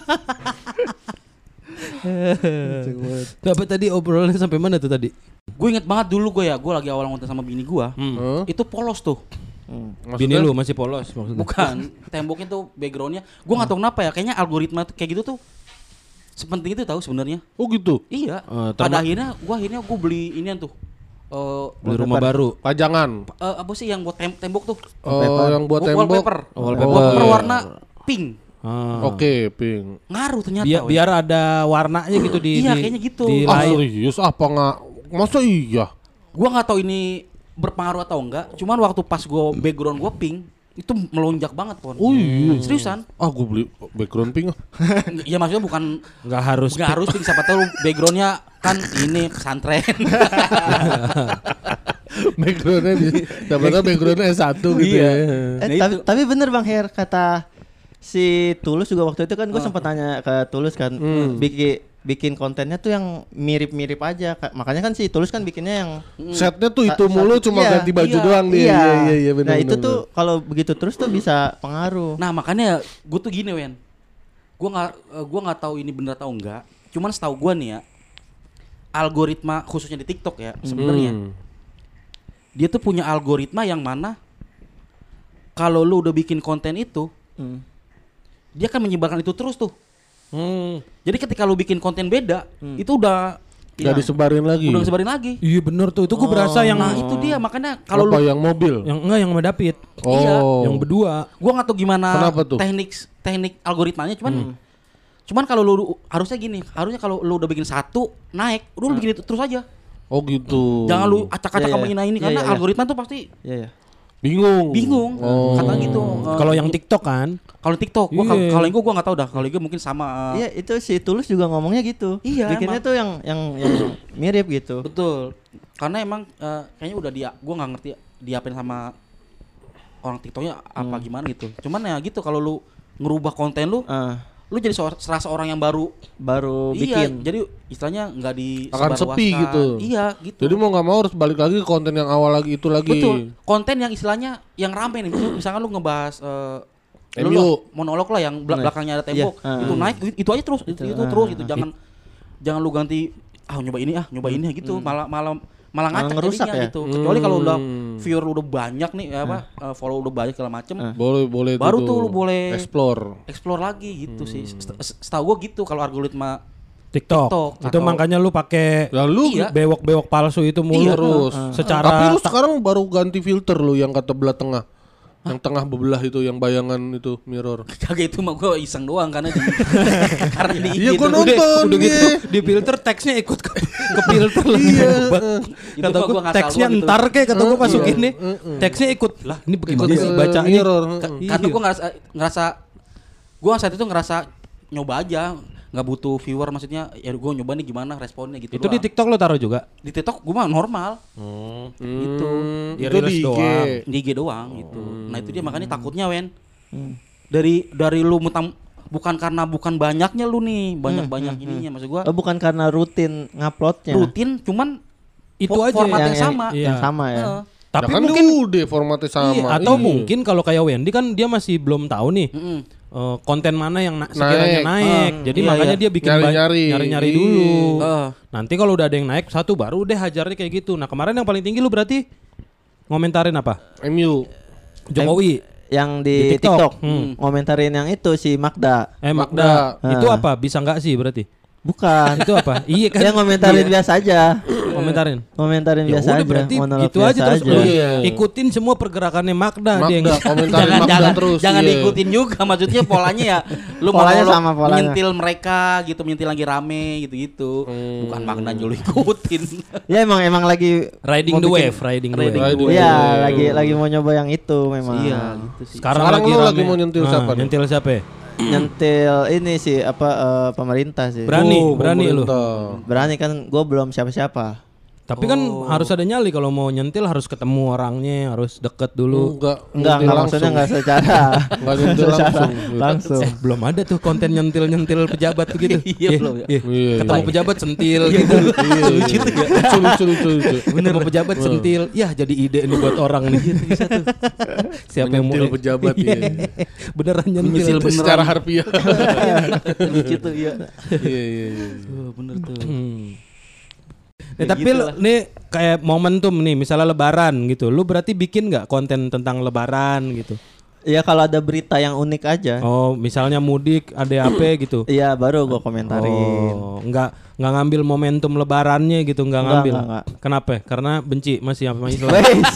Dapat tadi obrolannya sampai mana tuh tadi? Gue inget banget dulu gue lagi awal nonton sama bini gue. Itu polos tuh. Bini lu masih polos maksudnya. Bukan, temboknya tuh backgroundnya. Gue nggak tahu kenapa ya. Kayaknya algoritma kayak gitu tuh sepenting itu tahu sebenarnya. Oh gitu. Iya. Pada akhirnya gue beli inian tuh. Beli rumah baru. Pajangan. Apa sih yang buat tembok tuh? Yang buat tembok. Wallpaper. Wallpaper. Wallpaper warna pink. Oke, pink. Ngaruh ternyata. Biar ada warnanya gitu di. Iya, di- kayaknya gitu. Di Ah layar. serius apa nggak? Masa iya? Gua nggak tahu ini berpengaruh atau enggak. Cuman waktu pas gua background gua pink itu melonjak banget pon. Oh iya. Seriusan? Ah gue beli background pink. Ya maksudnya bukan Nggak harus. nggak harus pink, siapa tahu backgroundnya kan ini pesantren. Backgroundnya siapa tahu backgroundnya S1 gitu Iya. ya. Nah, Tapi bener Bang Her, kata si Tulus juga waktu itu kan gue sempat tanya ke Tulus kan, bikin kontennya tuh yang mirip-mirip aja. Makanya kan si Tulus kan bikinnya yang Setnya tuh itu mulu cuma iya, ganti baju iya, doang dia. Iya benar. Nah itu tuh kalau begitu terus tuh bisa pengaruh. Nah makanya gue tuh gini Wen, gue nggak tahu ini bener atau enggak. Cuman setahu gue nih ya, algoritma khususnya di TikTok ya sebenarnya dia tuh punya algoritma yang mana kalau lu udah bikin konten itu, dia akan menyebarkan itu terus tuh. Jadi ketika lu bikin konten beda, itu udah Gak disebarin lagi. udah disebarin lagi. Iya bener tuh. Itu gue berasa yang Nah itu dia makanya kalau Apa lu yang mobil? yang enggak yang sama David. Iya. Yang berdua. gua nggak tahu gimana Kenapa tuh? teknik algoritmanya, cuman kalau lu harusnya gini, harusnya kalau lu udah bikin satu naik, lu bikin itu terus aja. Oh gitu. Jangan lu acak-acak Iya, sama iya. ini Iya, karena iya, iya. algoritma tuh pasti Iya. bingung. Oh. kata gitu. Kalau yang TikTok kan. kalau TikTok, Iya. kalau yang gua nggak tahu dah. Kalau yang mungkin sama. Iya itu si Tulus juga ngomongnya gitu. Iya, Bikinnya emang. tuh yang mirip gitu. Betul. Karena emang kayaknya udah gua nggak ngerti diapain sama orang TikToknya apa gimana gitu. Cuman ya gitu kalau lu ngerubah konten lu jadi serasa orang yang baru Bikin. jadi istilahnya nggak Akan sepi disebarluaskan. gitu. Iya gitu. Jadi mau nggak mau harus balik lagi ke konten yang awal lagi itu lagi. Betul. Konten yang istilahnya yang rame nih. Misalkan lu ngebahas lu MU. monolog lah yang belakangnya ada tembok. Iya. Itu naik itu aja terus. Itu terus gitu. Jangan lu ganti nyoba ini gitu. Malah ngacak ngerusak jadinya ya? gitu. Kecuali kalau udah viewer udah banyak nih follow udah banyak segala macem. Boleh Baru tuh lu boleh explore lagi gitu sih. Setahu gua gitu kalau algoritma TikTok. Itu atau- makanya lu pakai Ya lu Iya. bewok-bewok palsu itu mulu Iya, terus. Secara Tapi lu sekarang baru ganti filter lu yang kata belah tengah. Yang tengah bebelah itu yang bayangan itu mirror. kagak itu mah gua iseng doang karena karena di Iya, IG gua tuh. nonton. udah gitu Iya. di filter teksnya ikut ke filter lagi. Itu Kata mah gue gua nggak teksnya tahu gitu. ntar kayak kata gue masukin nih. Teksnya ikut. Lah ini bagaimana sih bacanya? Mirror. Karena gue gue saat itu ngerasa nyoba aja, nggak butuh viewer, maksudnya ya gue nyoba nih gimana responnya gitu. Itu di doang. TikTok lo taruh juga? Di TikTok gue mah normal gitu, Di Itu reels di IG. doang. di IG doang gitu. Nah itu dia makanya takutnya Wen, dari lu bukan karena bukan banyaknya lu nih banyak ininya, maksud gue Oh, bukan karena rutin nguploadnya. rutin, cuman Itu aja format yang yang- sama. iya. Yang sama ya. Heeh. Tapi kan mungkin udah formatnya sama. iya, atau mungkin kalau kayak Wendy kan dia masih belum tahu nih konten mana yang sekiranya naik. Jadi Iya, makanya iya. dia bikin nyari-nyari Iya. dulu. Ah. Nanti kalau udah ada yang naik satu baru deh hajarnya kayak gitu. Nah kemarin yang paling tinggi lu berarti ngomentarin apa? MU. Jokowi. Yang di Di TikTok. TikTok, ngomentarin yang itu si Magda. Magda. Ah. Itu apa? Bisa nggak sih berarti? Bukan. Itu apa? Iya kan? Dia ngomentarin biasa aja. Komentarin. Komentarin Ya biasa udah aja. berarti monolog gitu aja biasa terus lu Iya. ikutin semua pergerakannya Magda, dia Magda, yang komentarin Magda terus. jangan iya. diikutin juga, maksudnya polanya ya lu Polanya monolog, sama polanya. menyentil mereka gitu, menyentil lagi rame gitu-gitu. Bukan makna lu ikutin. Ya emang lagi riding mau the bikin- wave, riding the Riding wave. the wave. Iya, lagi mau nyoba yang itu memang. Iya gitu sih. Sekarang Sekarang lu lagi rame. mau nyentil Ah, siapa nih? Nyentil siapa? Ya? Nyentil ini sih pemerintah sih. Berani lu. Pemerintah. Berani kan gue belum siapa-siapa. Tapi kan harus ada nyali kalau mau nyentil harus ketemu orangnya, harus deket dulu. Enggak maksudnya enggak secara Enggak nyentil langsung. langsung. Belum ada tuh konten nyentil-nyentil pejabat tuh gitu. Iya, belum ya. Iya. Ketemu pejabat sentil gitu. Lucu lucu. Ketemu pejabat sentil. Ya jadi ide ini buat orang nih. Bisa tuh. Siapa yang mau Nyentil pejabat ya. beneran nyentil. Nyentil beneran. Secara harfiah. Lucu tuh iya. Iya. Bener tuh. Tapi nih kayak momentum nih, misalnya Lebaran gitu, lu berarti bikin nggak konten tentang Lebaran gitu? Iya kalau ada berita yang unik aja. Oh, misalnya mudik, ada apa gitu? Iya baru gue komentarin. Oh, nggak ngambil momentum Lebarannya gitu, nggak ngambil. Enggak. Kenapa? Karena benci masih sama Islam.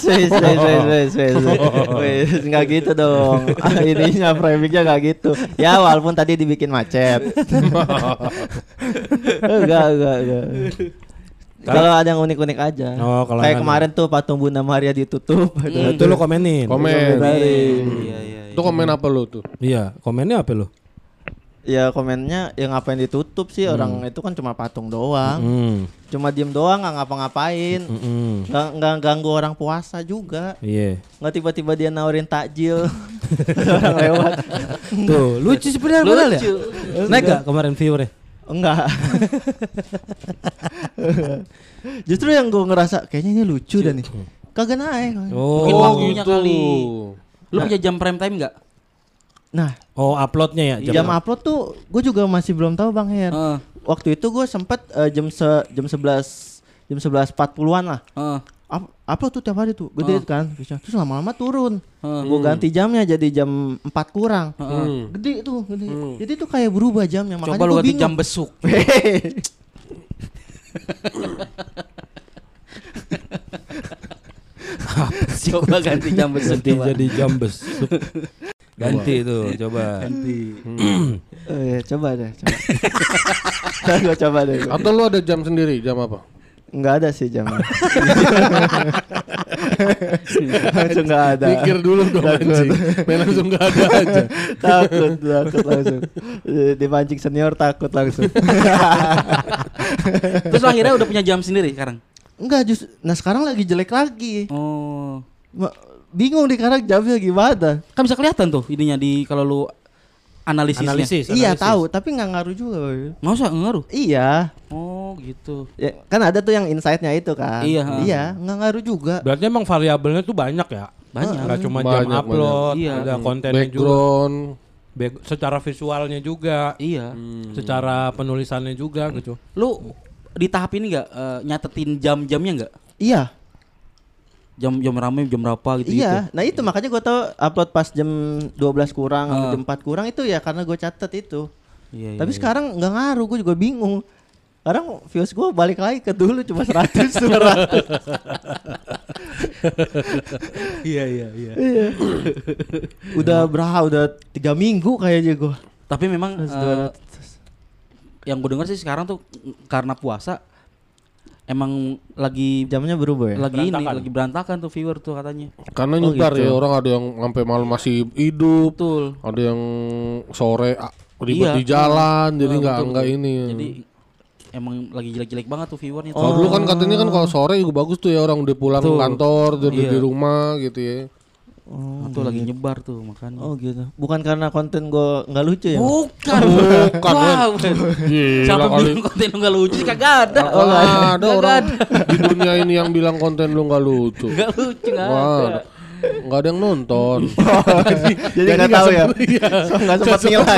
Wes, nggak gitu dong. Ininya framingnya nggak gitu. Ya walaupun tadi dibikin macet. Enggak. Kalau ada yang unik-unik aja. Oh, kalau kayak yang kemarin tuh patung Bunda Maria ditutup. Itu lu komenin. Komen. Iya iya. Itu komen apa lu tuh? Iya, komennya apa lu? Ya komennya ya ngapain ditutup sih, orang itu kan cuma patung doang. Cuma diem doang nggak ngapa-ngapain. Nggak ganggu orang puasa juga. Iya. Nggak tiba-tiba dia nawarin takjil. Orang lewat. Tuh, lucu sebenarnya padahal ya. Naik gak kemarin viewernya? Enggak. Justru yang gue ngerasa kayaknya ini lucu dah nih. Kagak naik. Mungkin Oh, waktunya kali. Lu punya jam prime time enggak? Nah, oh uploadnya ya jam upload tuh gue juga masih belum tahu Bang Her. Waktu itu gue sempet jam 11.40-an lah. Upload tuh tiap hari tuh, gede kan. Terus lama-lama turun. Gue ganti jamnya jadi jam 4 kurang. Gede tuh, gede. Jadi tuh kayak berubah jamnya. Makanya Coba lu gue ganti bingung. jam besuk. Coba ganti jam besuk. Ganti jadi jam besuk. Ganti tuh, coba. Coba deh. Gue coba deh. Atau lu ada jam sendiri, jam apa? Enggak ada sih jamnya. Langsung enggak ada. Mikir dulu dong anjing. Main langsung enggak ada aja. takut langsung. Dipancing senior takut langsung. Terus lu akhirnya udah punya jam sendiri sekarang? Enggak justru. Nah sekarang lagi jelek lagi. Oh. Bingung nih sekarang jamnya gimana. Kan bisa kelihatan tuh ininya di kalau lu analisisnya. Iya tahu, tapi nggak ngaruh juga. Masa ngaruh? Iya. Oh gitu. Ya, kan ada tuh yang insight-nya itu kan. Iya. Iya, nggak ngaruh juga. Berarti emang variabelnya tuh banyak ya? Banyak. Gak cuma jam Banyak, upload, banyak. ada Iya. kontennya juga. Background. Secara visualnya juga. Iya. Secara penulisannya juga gitu. Lu di tahap ini enggak nyatetin jam-jamnya enggak? Iya. Jam rame jam berapa gitu. Iya. Nah itu makanya gue tau upload pas jam 12 kurang atau jam 4 kurang itu ya karena gue catet itu. Iya. Tapi sekarang nggak ngaruh, gue juga bingung. Sekarang views gue balik lagi ke dulu cuma 100 200. Iya. Udah udah 3 minggu kayaknya gue. Tapi memang yang gue dengar sih sekarang tuh karena puasa emang lagi Jamnya berubah ya. lagi berantakan tuh viewer tuh katanya. Karena nyebar gitu. ya, orang ada yang sampai malam masih hidup. Betul. Ada yang sore ribet Iya. di jalan, jadi Betul, enggak betul. ini. Jadi emang lagi jelek-jelek banget tuh viewernya. Kalau dulu kan katanya kan kalau sore juga bagus tuh ya, orang udah pulang Betul. kantor, udah Iya. di rumah gitu ya. Itu lagi nyebar tuh makanya. Oh gitu. Bukan karena konten gue nggak lucu ya? Bukan. Wah, siapa bilang konten lu nggak lucu? Kagak ada. Nggak ada orang di dunia ini yang bilang konten lu nggak lucu. Nggak lucu, nggak Wah, ada. nggak ada yang nonton. Jadi nggak tahu ya. Nggak sempat nilai.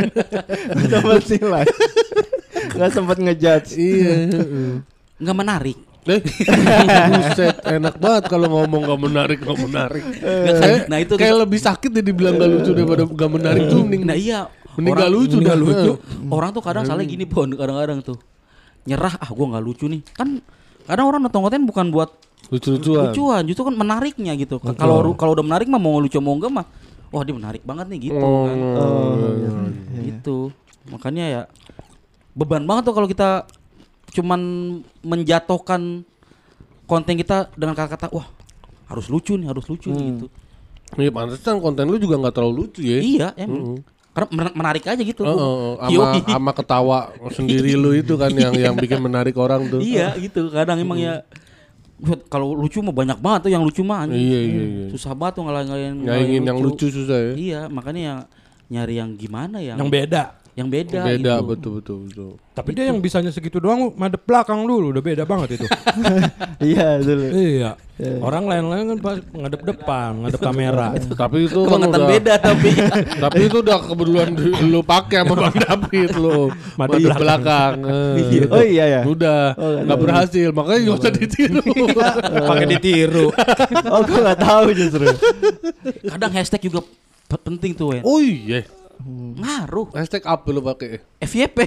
Nggak sempat ngejudge. Iya. Nggak menarik. Buset, enak banget kalau ngomong gak menarik. Nah itu kayak lebih sakit ya dibilang gak lucu daripada gak menarik tuh. Nah iya. Mending gak lucu dah. Orang tuh kadang salah gini Pon, kadang-kadang tuh nyerah, gua nggak lucu nih. Kan kadang orang nonton konten bukan buat lucuan, justru kan menariknya gitu. Kalau udah menarik mah mau lucu mau enggak mah, wah dia menarik banget nih gitu kan. Gitu. Makanya ya beban banget tuh kalau kita cuman menjatuhkan konten kita dengan kata-kata wah harus lucu nih gitu. Iya pantesan konten lu juga nggak terlalu lucu ya. Iya emang. Karena menarik aja gitu. Sama ketawa sendiri lu itu kan yang bikin menarik orang tuh. Iya gitu. Kadang emang ya kalau lucu mah banyak banget tuh yang lucu mah. Iya. Susah banget tuh ngalahin yang lucu susah ya. Iya makanya yang nyari yang gimana yang beda beda gitu. Betul. Tapi dia yang bisanya segitu doang madep belakang dulu udah beda banget itu. Iya dulu. Iya. Orang lain-lain kan pas ngadep depan, ngadep kamera. Tapi itu kan kebangetan beda tapi. Tapi itu udah kebetulan lu pakai sama Bang David lu. Madep belakang. Oh iya ya. Udah enggak berhasil, makanya enggak usah ditiru. Pakai ditiru. Oh gue nggak tahu justru. Kadang hashtag juga penting tuh ya. Oh iya. Ngaruh. Hashtag apa lu pakai? FYP.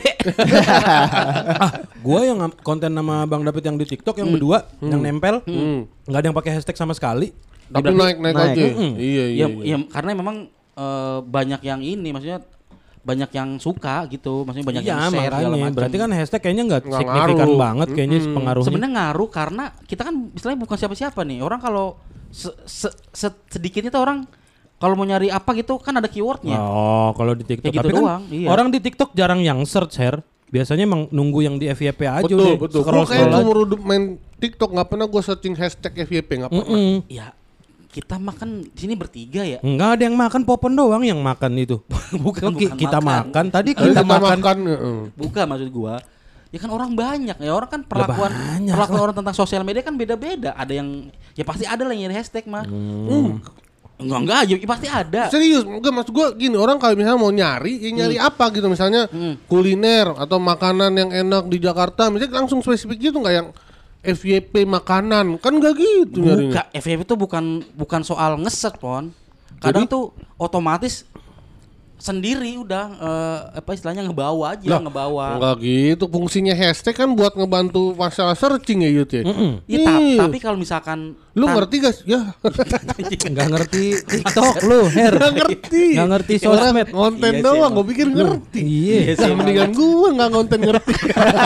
Gua yang konten nama Bang David yang di TikTok yang berdua yang nempel, nggak ada yang pakai hashtag sama sekali. Tapi naik aja. Iya. Ya, karena memang banyak yang ini maksudnya banyak yang suka gitu, maksudnya banyak yang share segala macam. Berarti kan hashtag kayaknya nggak signifikan banget kayaknya pengaruhnya. Sebenarnya ngaruh karena kita kan istilahnya bukan siapa-siapa nih. Orang kalau sedikitnya tuh orang kalau mau nyari apa gitu kan ada keywordnya. Oh, kalau di TikTok. Ya gitu tapi doang, kan iya. orang di TikTok jarang yang search share. Biasanya emang nunggu yang di FYP aja. Betul. Gue kayak aja. umur main TikTok nggak pernah gue searching hashtag FYP nggak pernah. Ya kita makan di sini bertiga ya. Enggak ada yang makan, Popon doang yang makan itu. bukan kita makan. Tadi kita makan. Bukan maksud gua. Ya kan orang banyak ya, orang kan perlakuan orang tentang sosial media kan beda-beda. Ada yang ya pasti ada lah yang nyari hashtag mah. Enggak aja, pasti ada. Serius, enggak maksud gue gini, orang kalau misalnya mau nyari, ya nyari apa gitu, misalnya kuliner atau makanan yang enak di Jakarta, misalnya langsung spesifik gitu, nggak yang FYP makanan, kan nggak gitu nyarinya. FYP itu bukan soal ngeset Pon. Kadang tuh otomatis sendiri udah apa istilahnya ngebawa aja, ngebawa. Enggak gitu, fungsinya hashtag kan buat ngebantu masalah searching ya Yud ya. Iya, tapi kalau misalkan lu ngerti gak? Ya. Enggak ngerti TikTok lu, Her. Enggak ngerti. Enggak ngerti sosmed. Konten Iya sih, doang, emang. gue pikir ngerti. Iya. Nah, mendingan gue enggak konten ngerti.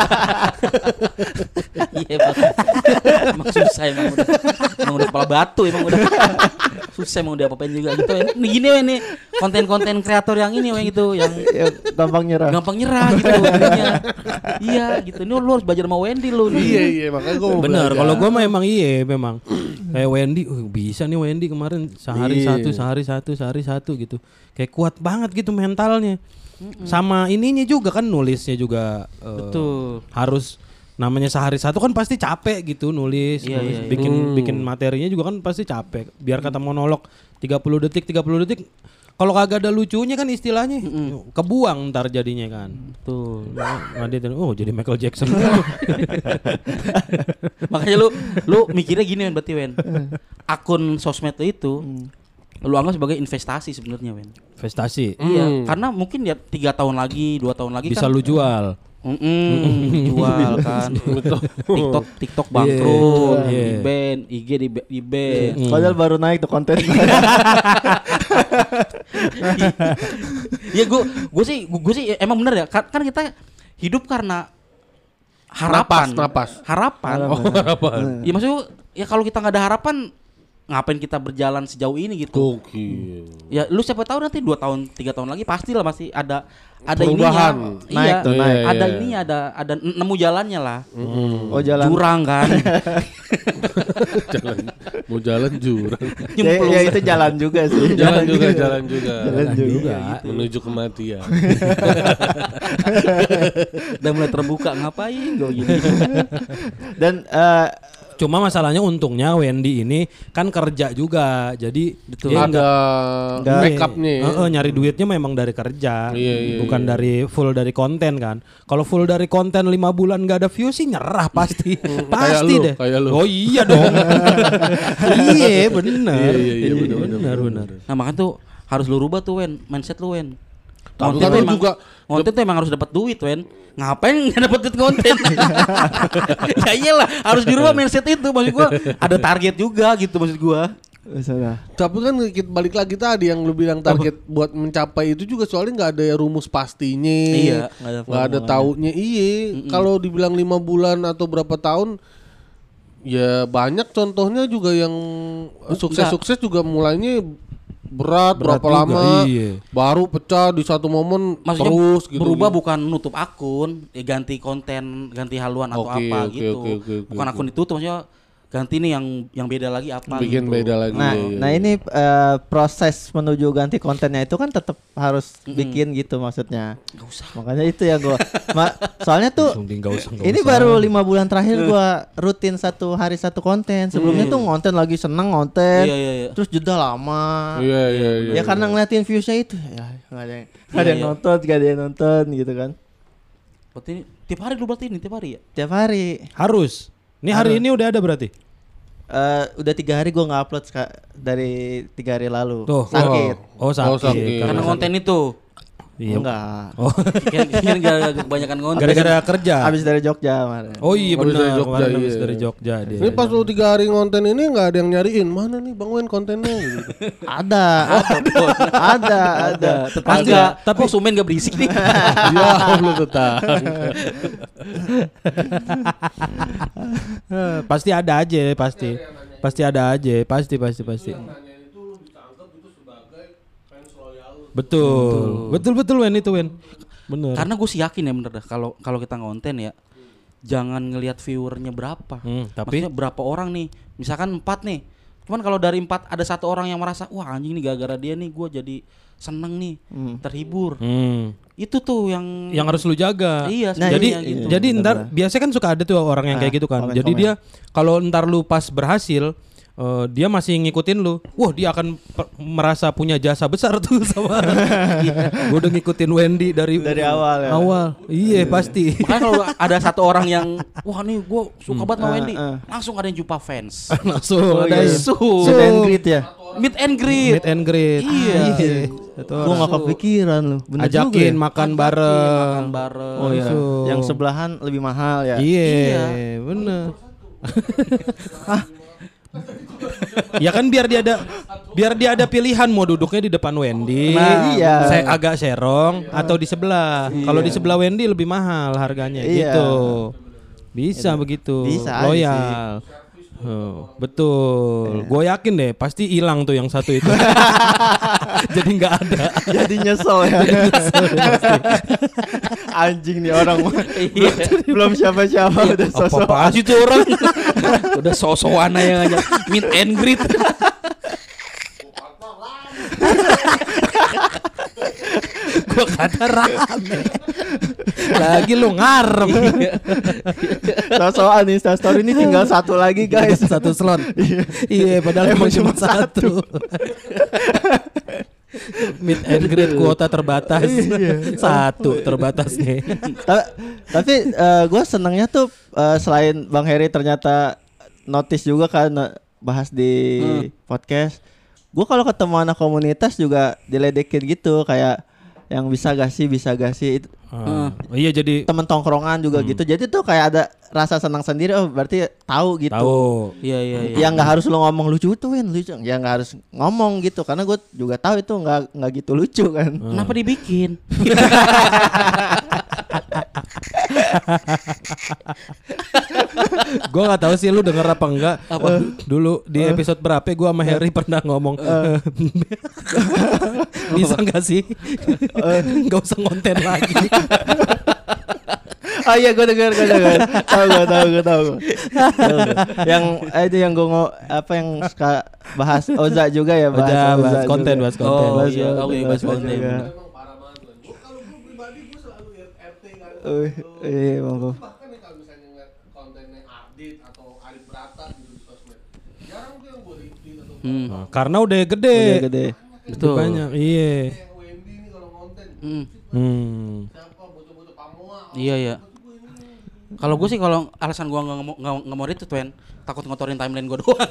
Iya emang susah emang udah kepala batu emang udah susah emang udah apa-apain juga gitu. Ini gini we nih konten-konten kreator yang ini we gitu yang Gampang nyerah. gitu intinya. Iya gitu. Ini lu harus belajar sama Wendy lu nih. Iya makanya gue mau Bener, belajar. kalau gue mah memang kayak Wendy, bisa nih Wendy kemarin sehari satu gitu, kayak kuat banget gitu mentalnya. Sama ininya juga kan nulisnya juga Betul. harus namanya sehari satu kan pasti capek gitu nulis, Iya. bikin materinya juga kan pasti capek. Biar kata monolog 30 detik kalau kagak ada lucunya kan istilahnya kebuang ntar jadinya kan. Betul. Ngaditin, jadi Michael Jackson. Makanya lu mikirnya gini Wen, berarti Wen. Akun sosmed itu lu anggap sebagai investasi sebenarnya Wen. Investasi. Iya, karena mungkin ya 3 tahun lagi, 2 tahun lagi Bisa kan lu jual. jual kan. TikTok bangkrut, Iya. di ban, IG di ban. Padahal baru naik tuh konten. Ya gue sih emang bener ya kan kita hidup karena harapan. Napas. Harapan. Harapan. Ya maksudnya ya kalau kita nggak ada harapan ngapain kita berjalan sejauh ini gitu. Gokil. Ya lu siapa tahu nanti 2 tahun 3 tahun lagi pastilah masih ada perubahan. ininya. Naik Iya, tuh, naik. ada Iya. ininya, ada nemu jalannya lah. Oh jalan. Jurang kan. Mau jalan jurang. Ya itu jalan juga sih. Jalan juga. Jalan juga. Menuju kematian. Udah mulai terbuka ngapain gue gini. Dan Cuma masalahnya untungnya Wendy ini kan kerja juga. Jadi dia Ada Iya. backupnya ya. Nyari duitnya memang dari kerja, Iya, bukan dari full dari konten kan. Kalau full dari konten 5 bulan nggak ada view sih nyerah pasti, pasti Kayak lu, deh. kayak lu. Oh iya dong. Iya benar. Iya, benar. Nah makanya tuh harus lu rubah tuh mindset lu Tapi Konten kan tuh lu emang, juga- konten tuh emang harus dapat duit Ngapain nggak dapat duit konten? Ya iyalah harus dirubah mindset itu, maksud gua ada target juga gitu maksud gua. Tapi kan kita balik lagi tadi yang lu bilang target buat mencapai itu juga soalnya nggak ada rumus pastinya. Iya, nggak ada taunya. Iya. Kalau dibilang 5 bulan atau berapa tahun, ya banyak contohnya juga yang sukses-sukses juga mulainya berat berapa juga, lama, iya. baru pecah di satu momen Maksudnya terus gitu. berubah bukan nutup akun, ganti konten, ganti haluan atau Oke, apa oke, gitu. oke, Bukan akun ditutup, maksudnya ganti nih yang beda lagi apa Bikin gitu. beda lagi. Nah, iya, iya. nah ini proses menuju ganti kontennya itu kan tetap harus bikin gitu maksudnya. Gak usah. Makanya itu ya gua. Soalnya tuh Nggak usah. ini baru 5 bulan terakhir gua rutin 1 hari 1 konten. Sebelumnya tuh ngonten lagi seneng ngonten. Iya. Terus jeda lama. Iya. Ya karena ngeliatin viewsnya itu ya nggak ada yang Iya. nonton, gak ada yang nonton gitu kan. Berarti ini, tiap hari lu berarti ini tiap hari ya? Tiap hari. Harus. Ini hari ini udah ada berarti. Udah 3 hari gua nggak upload dari 3 hari lalu. Tuh. Sakit. Oh sakit. sakit. Karena konten itu. Iya. Enggak. Oh. Kira-kira gara-gara kebanyakan konten. Gara-gara kerja. Habis dari Jogja kemarin. Oh iya Habis benar. dari Jogja, Kemarin habis iya. dari Jogja dia. Ini pas lu 3 hari ngonten ini nggak ada yang nyariin mana nih Bang Wen kontennya gitu. Ada. Tetangga. Tapi Sumen gak berisik nih. Ya lu tetangga. Pasti ada aja pasti. Pasti ada aja, pasti. Betul Wen itu Wen. Bener. Karena gue sih yakin ya bener dah kalau kita ngonten ya jangan ngelihat viewernya berapa. Tapi Maksudnya berapa orang nih? Misalkan 4 nih. Cuman kalau dari 4 ada 1 orang yang merasa wah anjing nih gara-gara dia nih gue jadi seneng nih, terhibur. Itu tuh yang harus lu jaga. Iya, Nah, jadi sebenarnya gitu. jadi ntar biasanya kan suka ada tuh orang yang kayak gitu kan. Jadi dia kalau ntar lu pas berhasil dia masih ngikutin lu. Wah, dia akan merasa punya jasa besar tuh sama. Gue udah ngikutin Wendy dari awal ya. Awal. Iya, pasti. Makanya kalau ada 1 orang yang wah nih gue suka banget sama Wendy, langsung ada yang jumpa fans. Langsung ada iya. Langsung. Meet and greet ya. Meet and greet. meet and greet. Iya. Gua nggak kepikiran lu. Bener Ajakin juga ya? makan Makan bareng. bareng. Oh iya. Langsung. Yang sebelahan lebih mahal ya. Iya, bener. Ya kan biar dia ada pilihan mau duduknya di depan Wendy. Nah, iya. Saya agak serong atau di sebelah. Kalau di sebelah Wendy lebih mahal harganya Iya. gitu. Bisa begitu. Bisa aja Loyal. Oh, betul. Gue yakin deh pasti hilang tuh yang satu itu. Jadi nggak ada. Jadi nyesel ya. Anjing nih orang belum siapa-siapa udah sosok. Apa sih tuh orang? Udah so-soan aja ngajak meet and greet. Gue kata rame. Lagi lu ngarep. Sosokan Instastory ini tinggal 1 lagi guys. Satu slot. Iya, padahal emang cuma satu. Meet and greet kuota terbatas. Satu terbatas nih. Tapi gue senangnya tuh selain Bang Heri ternyata notice juga kan bahas di podcast. Gue kalau ketemu anak komunitas juga diledekin gitu kayak yang bisa gak sih itu Iya jadi temen tongkrongan juga gitu. Jadi tuh kayak ada rasa senang sendiri. Oh berarti tahu gitu. tahu. Iya. Yang nggak harus lu ngomong lucu tuh Win, lucu. Ya nggak harus ngomong gitu karena gue juga tahu itu nggak gitu lucu kan. Kenapa dibikin? Gua nggak tahu sih lu denger apa enggak. Apa? Dulu di episode berapa gua sama Harry pernah ngomong bisa nggak sih nggak usah konten lagi. Oh iya gue dengar. Tahu. Yang itu yang gue yang suka bahas Oza juga ya, bahas konten. Bahas konten. Emang parah banget Wen. Kalau gue pribadi gue selalu lihat RT kan. Iya, Bang. Bahkan nih kalau misalnya ngeliat kontennya Ardit atau Arif Brata gitu di sosmed, jarang tuh yang gue retweet atau Nah, karena udah gede. Betul. Banyak. Iya. kayak Wendy nih kalau konten. Siapa bocah-bocah Pamoa. Iya. Kalau gue sih kalau alasan gue nggak mau itu Twen, takut ngotorin timeline gue doang.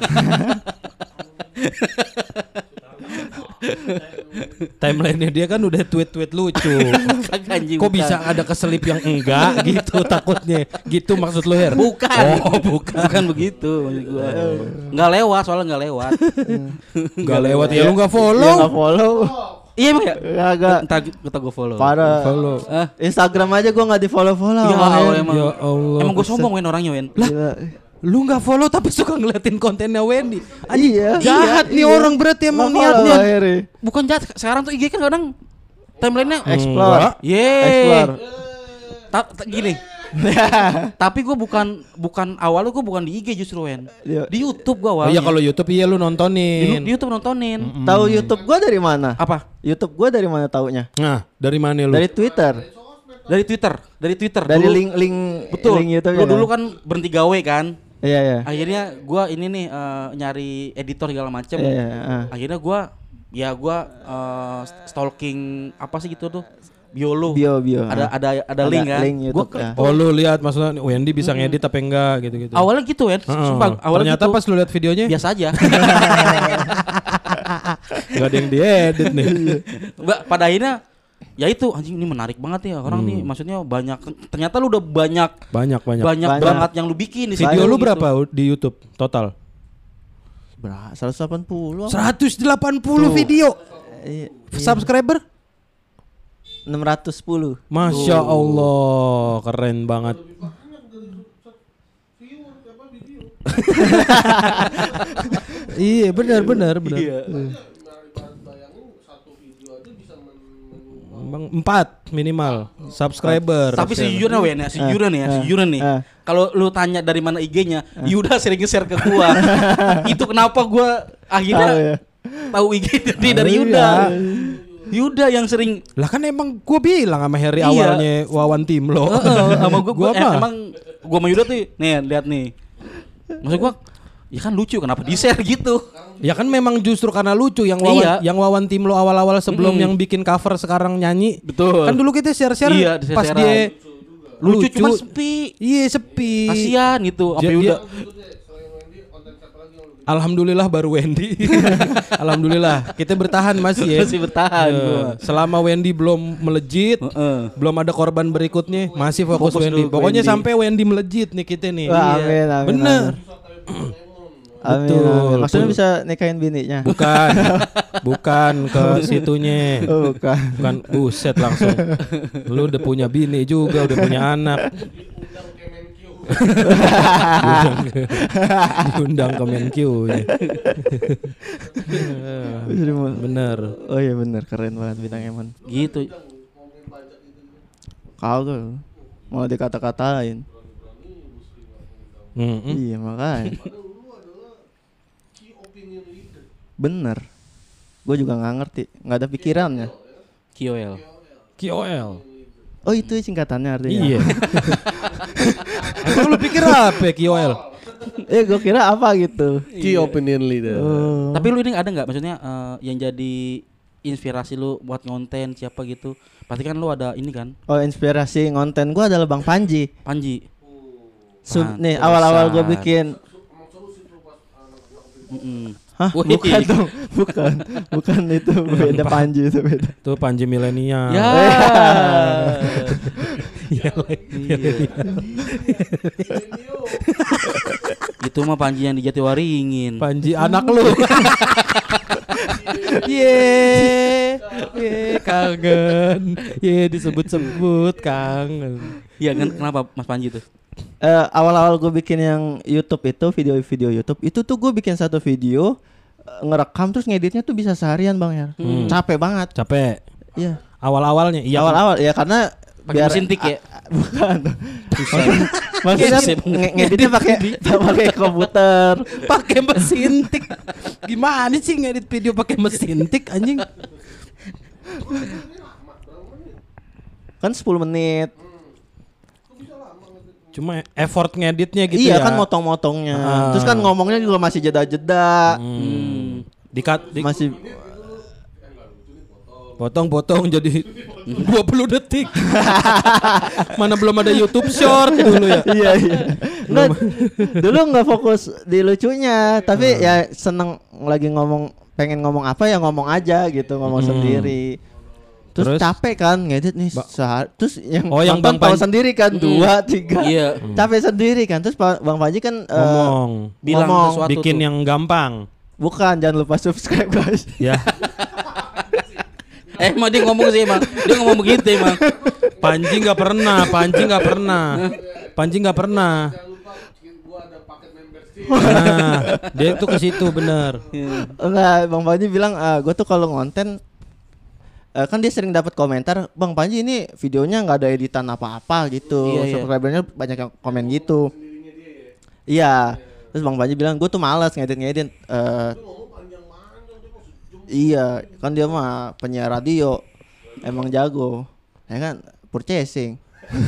Timelinenya dia kan udah tweet-tweet lucu. Kagak, anjing, Kok bukan. bisa ada keselip yang enggak gitu takutnya. Gitu maksud lu Her? Bukan. Oh, bukan. Bukan begitu maksud gua. Nggak lewat, soalnya nggak lewat. Enggak lewat ya lu enggak Dia follow. nggak follow. Iya emang ya? Kagak. Entar kita gue follow. Parah. Follow. Instagram aja gue nggak di follow. Ya Allah, emang. Ya Allah. Emang gue sombong Wen orangnya Wen. Lu enggak follow tapi suka ngeliatin kontennya Wendy. Iya. Jahat nih orang berarti emang niatnya. Bukan jahat, sekarang tuh IG kan kadang timelinenya Explore. Yeay. Gini. Tapi gue bukan awalnya gue bukan di IG justru Wen. Iya. Di YouTube gue Oh awalnya. iya kalau YouTube iya lu nontonin. di YouTube nontonin. Tahu YouTube gue dari mana? Apa? YouTube gue dari mana taunya? Nah, dari mana lu? Dari Twitter. Dari Twitter. Dari Dulu- link Betul. link YouTube. Gua dulu kan berhenti gawe kan. Iya. Akhirnya gua ini nih nyari editor segala macem. Iya. Akhirnya gua stalking apa sih gitu tuh? Bio. Ada link kan. Link Gua YouTube, ya. Oh lu lihat maksudnya Wendy bisa ngedit apa enggak gitu-gitu. awalnya gitu Wen. Sumpah awalnya Ternyata gitu. pas lu lihat videonya Biasa aja. enggak ada yang diedit nih. Mbak, pada akhirnya ya itu anjing ini menarik banget ya orang nih, maksudnya banyak, ternyata lu udah banyak Banyak. banget yang lu bikin di Video situ lu gitu. berapa di YouTube total? 180. 180 video. Iya. Subscriber? 610. Masya Allah, keren banget. Iya benar. Iya. Bayangin satu video aja bisa Bang 4 minimal subscriber. Tapi sejujurnya Wen ya, sejujurnya nih. Kalau lu tanya dari mana IG-nya, Yuda sering nge-share ke gua. Itu kenapa gua akhirnya tahu IG dari Yuda. Yuda yang sering. Lah kan emang gue bilang sama Harry Iya. awalnya Wawan Timlo. Sama gua mah. emang gua sama Yuda tuh nih lihat nih. Maksud gua ya kan lucu kenapa di-share gitu. Ya kan memang justru karena lucu yang Iya. Wawan Timlo awal-awal sebelum yang bikin cover sekarang nyanyi. Betul. Kan dulu kita share-share Iya, pas share-sharean. dia Lucu cuma sepi. Iya sepi. Kasian gitu sampai Dia- Yuda. Alhamdulillah baru Wendy. Alhamdulillah kita bertahan masih ya. Masih bertahan Ya, gua. selama Wendy belum melejit, belum ada korban berikutnya, masih fokus Fokus Wendy. dulu Pokoknya Wendy. sampai Wendy melejit nih kita nih. Wah, amin. Bener. Amin. Betul. Maksudnya bisa nikahin bininya? Bukan ke situnya. Oh, bukan. Bukan buset langsung. Lu udah punya bini juga, udah punya anak. Diundang ke Menq. Bener. Oh iya bener, keren banget bintang Emon. Gitu. Kagak. Mau dikata-katain. Iya makanya. Bener. Gue juga nggak ngerti, nggak ada pikirannya. KOL. KOL. Oh itu singkatannya artinya. Iya. Emang lu pikir apa KOL? Gue kira apa gitu. Key opinion leader. Tapi lu ini ada nggak maksudnya yang jadi inspirasi lu buat ngonten siapa gitu? Pasti kan lu ada ini kan? Oh inspirasi ngonten gue adalah Bang Panji. Panji. Nih awal-awal gue bikin. Hah? Wih. Bukan dong, bukan itu beda Panji itu beda. Tuh Panji milenial. Ya. Itu mah Panji yang di Jatiwaringin. Panji anak lu. Ye kangen. Ye disebut-sebut kangen. Iya kan kenapa Mas Panji tuh? awal-awal gue bikin yang YouTube itu video-video YouTube itu tuh gue bikin satu video ngerekam terus ngeditnya tuh bisa seharian Bang ya. Capek banget. Capek. Iya. Awal-awalnya iya. Awal-awal ya karena Pakai mesin tik ya? Bukan. Maksudnya ngeditnya pakai komputer. Pakai mesin tik. Gimana sih ngedit video pakai mesin tik anjing? Kan 10 menit. Cuma effort ngeditnya gitu Iya ya. kan motong-motongnya. Terus kan ngomongnya juga masih jeda-jeda. Masih potong-potong jadi 20 detik. Mana belum ada YouTube Short dulu ya. Iya. Nggak, dulu nggak fokus di lucunya, tapi ya seneng lagi pengen ngomong apa ya ngomong aja gitu, ngomong sendiri. Terus capek kan ngedit nih sehari. Terus yang Bang tahu Panji sendiri kan 2, 3. Iya. Capek sendiri kan. Terus Bang Panji kan Bilang sesuatu bikin tuh. yang gampang. Bukan, jangan lupa subscribe guys. Ya. Emang dia ngomong sih emang. Dia ngomong begitu emang. Panji nggak pernah. Nah, dia tuh ke situ bener. Enggak, Bang Panji bilang gue tuh kalau ngonten kan dia sering dapat komentar, Bang Panji ini videonya nggak ada editan apa-apa gitu, subscribernya banyak yang komen gitu. Iya, terus Bang Panji bilang gue tuh malas ngedit. Iya, kan dia mah penyiar radio, emang jago, ya kan purchasing.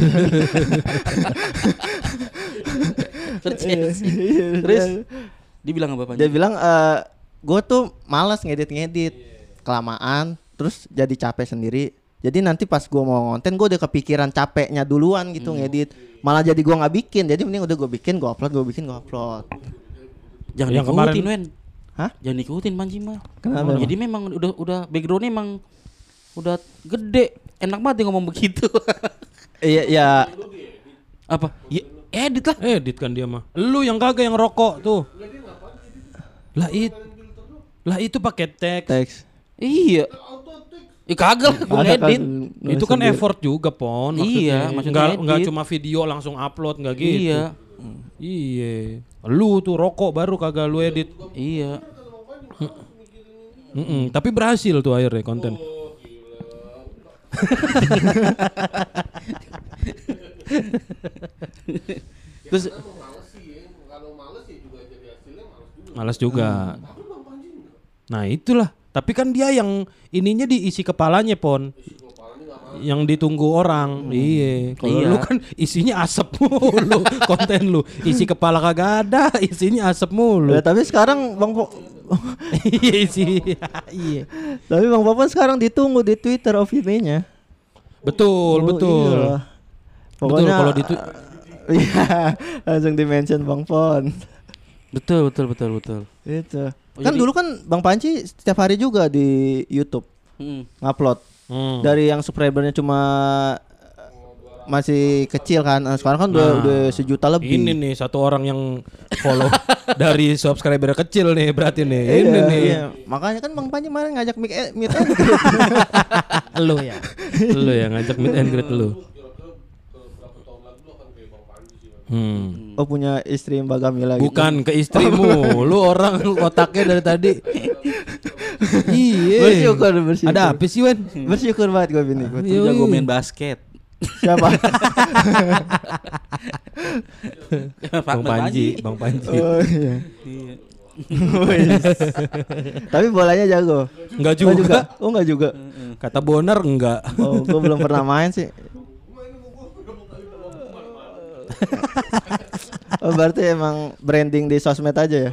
Terus dia bilang apa Panji? Dia bilang gue tuh malas ngedit kelamaan. Terus jadi capek sendiri. Jadi nanti pas gue mau ngonten gue udah kepikiran capeknya duluan gitu ngedit. Malah jadi gue nggak bikin. Jadi mending udah gue bikin, gue upload. Jangan yang ikutin Wen. Hah? Jangan ikutin Panji mah. Kenapa? Jadi memang udah backgroundnya emang udah gede. Enak banget dia ngomong begitu. Iya ya. Apa? Ya, edit lah. Edit kan dia mah. Lu yang kagak yang rokok tuh. Lah itu pakai teks. Iya. Kagak gue ngedit. Itu kan effort juga Pon. Iya, maksudnya nggak edit. cuma video langsung upload nggak gitu. Iya. Iya. Lu tuh rokok baru kagak lu edit. Iya. Tapi berhasil tuh akhirnya konten. Terus Malas juga. Nah itulah. Tapi kan dia yang ininya diisi kepalanya Pon. Yang ditunggu orang. Iya. Kalau lu kan isinya asap mulu konten lu. Isi kepala kagak ada, isinya asap mulu. Ya, tapi sekarang Bang Iya isi. Iya. Tapi Bang Popon sekarang ditunggu di Twitter OVP-nya. Betul. Iya. Pokoknya kalau iya, langsung di-mention Bang Pon. betul. Itu. Oh, Kan jadi- dulu kan Bang Panji setiap hari juga di YouTube ngupload. Dari yang subscribernya cuma masih kecil kan. Sekarang kan udah 1 juta lebih. Ini nih satu orang yang follow dari subscriber kecil nih berarti nih. Iya, Ini nih. iya. Makanya kan Bang Panji kemarin ngajak meet and greet. Lu ya. Lu yang ngajak meet and greet lu. Oh punya istri Mbak Gamila gitu. Bukan ke istrimu. Lu orang otaknya dari tadi. Iya. Bersyukur. Ada apa sih Wen? Bersyukur banget gue bini gue. Tuh jago main basket. Siapa? Bang Panji. Oh iya. Tapi bolanya jago. Enggak juga. Oh enggak juga. Kata Bonar enggak. Oh gue belum pernah main sih. Oh berarti emang branding di sosmed aja ya?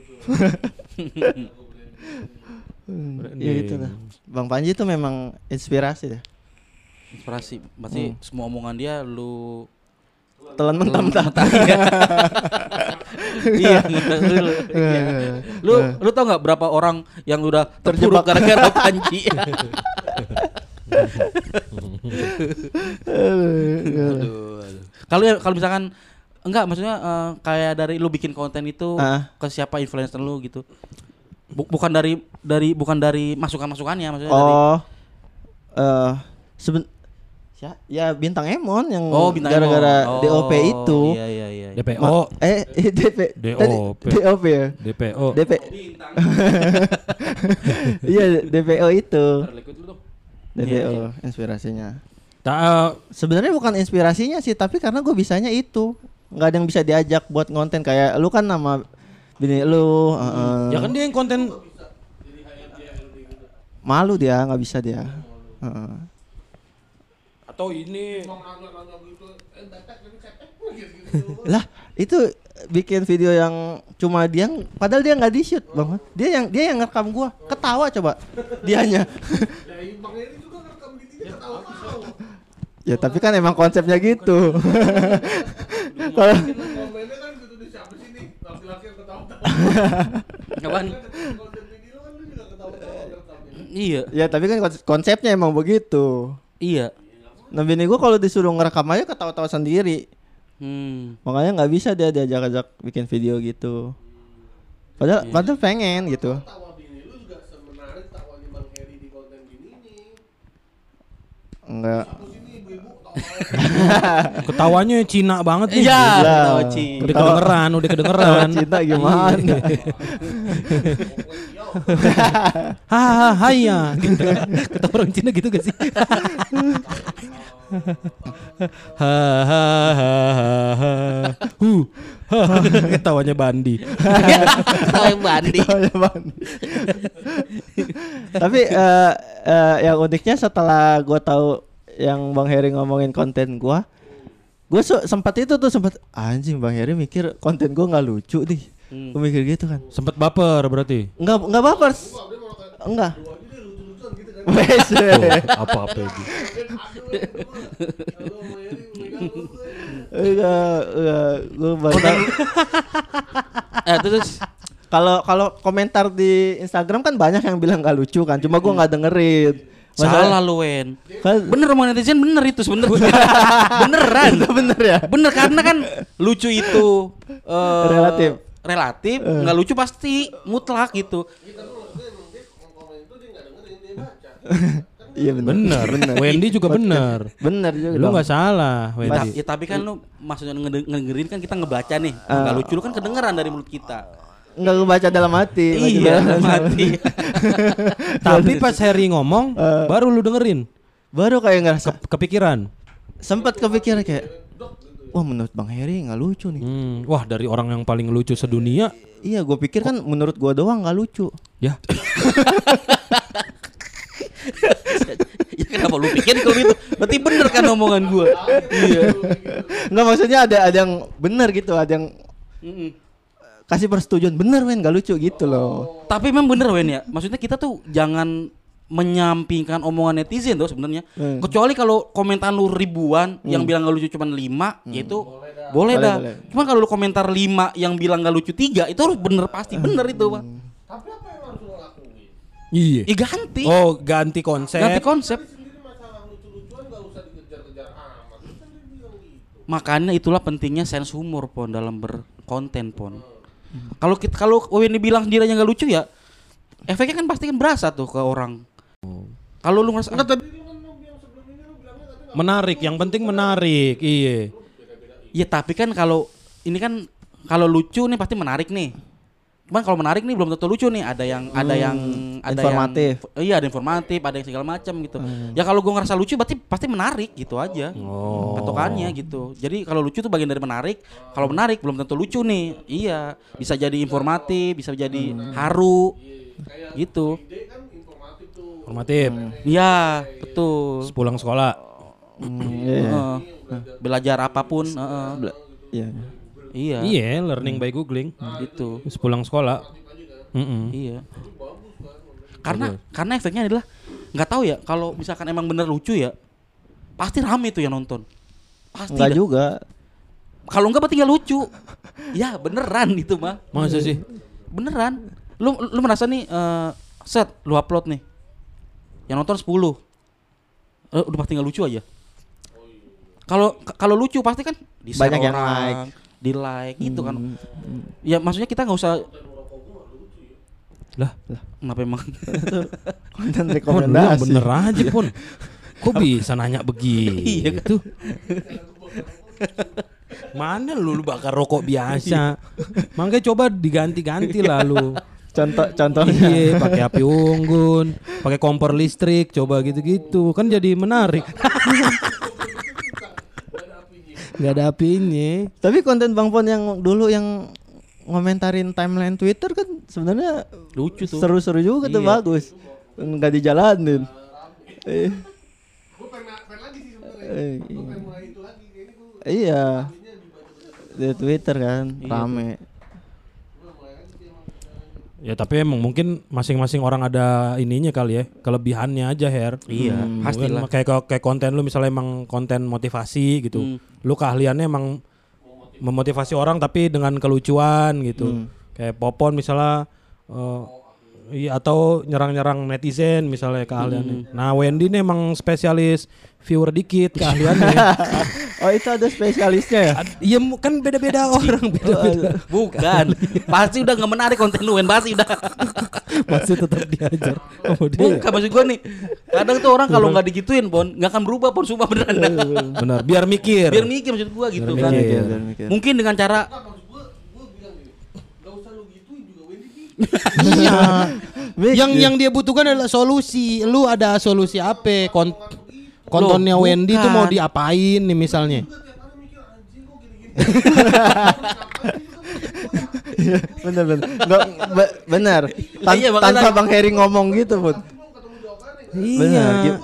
Ya gitu lah. Bang Panji itu memang inspirasi deh. Inspirasi. Berarti semua omongan dia lu Telan mentah-mentah. Iya. Lu tau nggak berapa orang yang udah terjebak gara-gara Panji? Kalau misalkan enggak maksudnya kayak dari lu bikin konten itu ke siapa influencer lu gitu. Bukan dari masukan-masukannya maksudnya dari Oh. Ya bintang Emon yang Bintang gara-gara Emon. DOP itu. Iya. DPO, DP. DOP. DOP ya. DPO. DP. Iya, DPO itu. DPO inspirasinya. Sebenarnya bukan inspirasinya sih, tapi karena gue bisanya itu. Nggak ada yang bisa diajak buat konten kayak lu kan nama bini lu. Ya kan dia yang konten. Malu dia, nggak bisa dia. Atau ini Lah itu bikin video yang cuma dia, padahal dia nggak di shoot bang, dia yang ngerekam gua, ketawa coba dianya. Ya tapi kan emang konsepnya gitu. Kalau Kapan? Iya. ya tapi kan konsepnya emang begitu. Iya. Nah bini gua kalau disuruh ngerekam aja ketawa-tawa sendiri. Makanya nggak bisa dia diajak-ajak bikin video gitu. Padahal pengen gitu. Enggak. ketawanya Cina banget nih. Iya. Udah kedengeran. Cinta gimana? Hahaha ya. Ketawa orang Cina gitu gak sih? Hahaha. Ketawanya Bandi. Tapi yang uniknya setelah gue tahu yang Bang Heri ngomongin konten gue sempat anjing Bang Heri mikir konten gue nggak lucu nih. Gue mikir gitu kan. Sempet baper berarti. Nggak baper. Enggak. Apa-apa gitu. Enggak, gue bakal. Terus Kalau komentar di Instagram kan banyak yang bilang nggak lucu kan, cuma gue nggak dengerin. salah lu Wen. Bener omongan netizen bener itu sebenarnya. Beneran. Bener ya. Bener karena kan lucu itu relatif, nggak lucu pasti mutlak gitu. Iya bener. Wendy juga bener. Bener juga. Lu nggak salah, Wendy. Ya tapi kan lu maksudnya ngedengerin kan kita ngebaca nih. Nggak lucu lu kan kedengeran dari mulut kita. Nggak ngebaca dalam hati. Iya, dalam hati. Tapi pas Heri ngomong, baru lu dengerin. Baru kayak ngerasa Kepikiran. sempat kepikiran kayak, wah menurut Bang Heri nggak lucu nih. Wah dari orang yang paling lucu sedunia. Iya, gue pikir kan menurut gue doang nggak lucu. Ya. Ya kenapa lu pikir kalau gitu? Berarti bener kan omongan gua. Iya. Nggak, maksudnya ada yang bener gitu, ada yang kasih persetujuan bener Wen nggak lucu gitu loh. Tapi memang bener Wen ya. Maksudnya kita tuh jangan menyampingkan omongan netizen tuh sebenarnya. Kecuali kalau komentar lu ribuan yang bilang nggak lucu cuma 5, yaitu boleh dah. Cuma kalau lu komentar 5 yang bilang nggak lucu 3, itu harus bener, pasti bener itu, Pak. Tapi apa yang harus lo lakuin? Iya. Ganti. Oh, ganti konsep. Ganti konsep. Sendiri masalah lucu-lucuan gak usah dikejar-kejar amat. Lu kan dia bilang gitu. Makanya itulah pentingnya sense humor Pon dalam berkonten Pon. Kalau Wendy bilang sendirinya nggak lucu ya, efeknya kan pasti kan berasa tuh ke orang. Kalau lu ngerasa Enggak, tadi lu kan yang sebelum ini lu bilangnya katanya Menarik, yang penting menarik. Iya. ya tapi kan kalau ini kan kalau lucu nih pasti menarik nih. Cuman kalau menarik nih belum tentu lucu nih. Ada yang Informatif. Iya, ada informatif, ada yang segala macam gitu. Ya kalau gua ngerasa lucu berarti pasti menarik gitu aja. Patokannya gitu. Jadi kalau lucu tuh bagian dari menarik. Kalau menarik belum tentu lucu nih. Iya, bisa jadi informatif, bisa jadi haru. Gitu. Formatif. Iya, betul. Pulang sekolah. Heeh. Belajar apapun, Iya. Iya. Iya, learning by googling. Gitu. Terus pulang sekolah. Iya. Karena efeknya adalah nggak tahu ya kalau misalkan emang bener lucu ya pasti rame tuh yang nonton. Pasti. Enggak dah. juga. Kalau enggak berarti nggak lucu. Ya beneran itu mah. Masa sih? Beneran. Lu merasa nih set lu upload nih. Yang nonton 10. Udah pasti nggak lucu aja. Kalau lucu pasti kan di-share Banyak yang orang, di like gitu kan. Ya maksudnya kita nggak usah Lah, kenapa emang Konten oh, rekomendasi. bener aja pun. Kok bisa nanya Iya begitu? Mana lu bakar rokok biasa? Makanya coba diganti-ganti lah lu. Contohnya. Iya, pakai api unggun, pakai kompor listrik, coba gitu-gitu. Kan jadi menarik. Gak ada apinya. Tapi konten Bang Pon yang dulu yang ngomentarin timeline Twitter kan sebenarnya Lucu tuh. seru-seru juga tuh, Iya. bagus. Enggak dijalanin. Iya. Di Twitter kan rame. Ya tapi emang mungkin masing-masing orang ada ininya kali ya, kelebihannya aja Her. Iya, pastilah. Kayak konten lu misalnya emang konten motivasi gitu. Lu keahliannya emang memotivasi orang tapi dengan kelucuan gitu. Kayak Popon misalnya iya, atau nyerang-nyerang netizen misalnya keahliannya. Nah, Wendy ini emang spesialis viewer dikit keahliannya. Oh, itu ada spesialisnya ya? Iya kan beda-beda orang, beda-beda. Bukan. Pasti udah enggak menarik konten lu, pasti udah. Masih tetap diajar. Oh, dia. Bukan maksud gua nih. Kadang tuh orang kalau enggak digituin, Bon, enggak akan berubah, Bon, sumpah beneran. Benar, biar mikir. Biar mikir maksud gua gitu Biar kan. mikir. Mungkin dengan cara Iya. yang dia butuhkan adalah solusi. Lu ada solusi apa? Kontennya Loh, Wendy tuh bukan. mau diapain nih misalnya? Bener. Enggak benar. Iya, makanya Tanpa Bang Heri ngomong gitu, Put. Iya.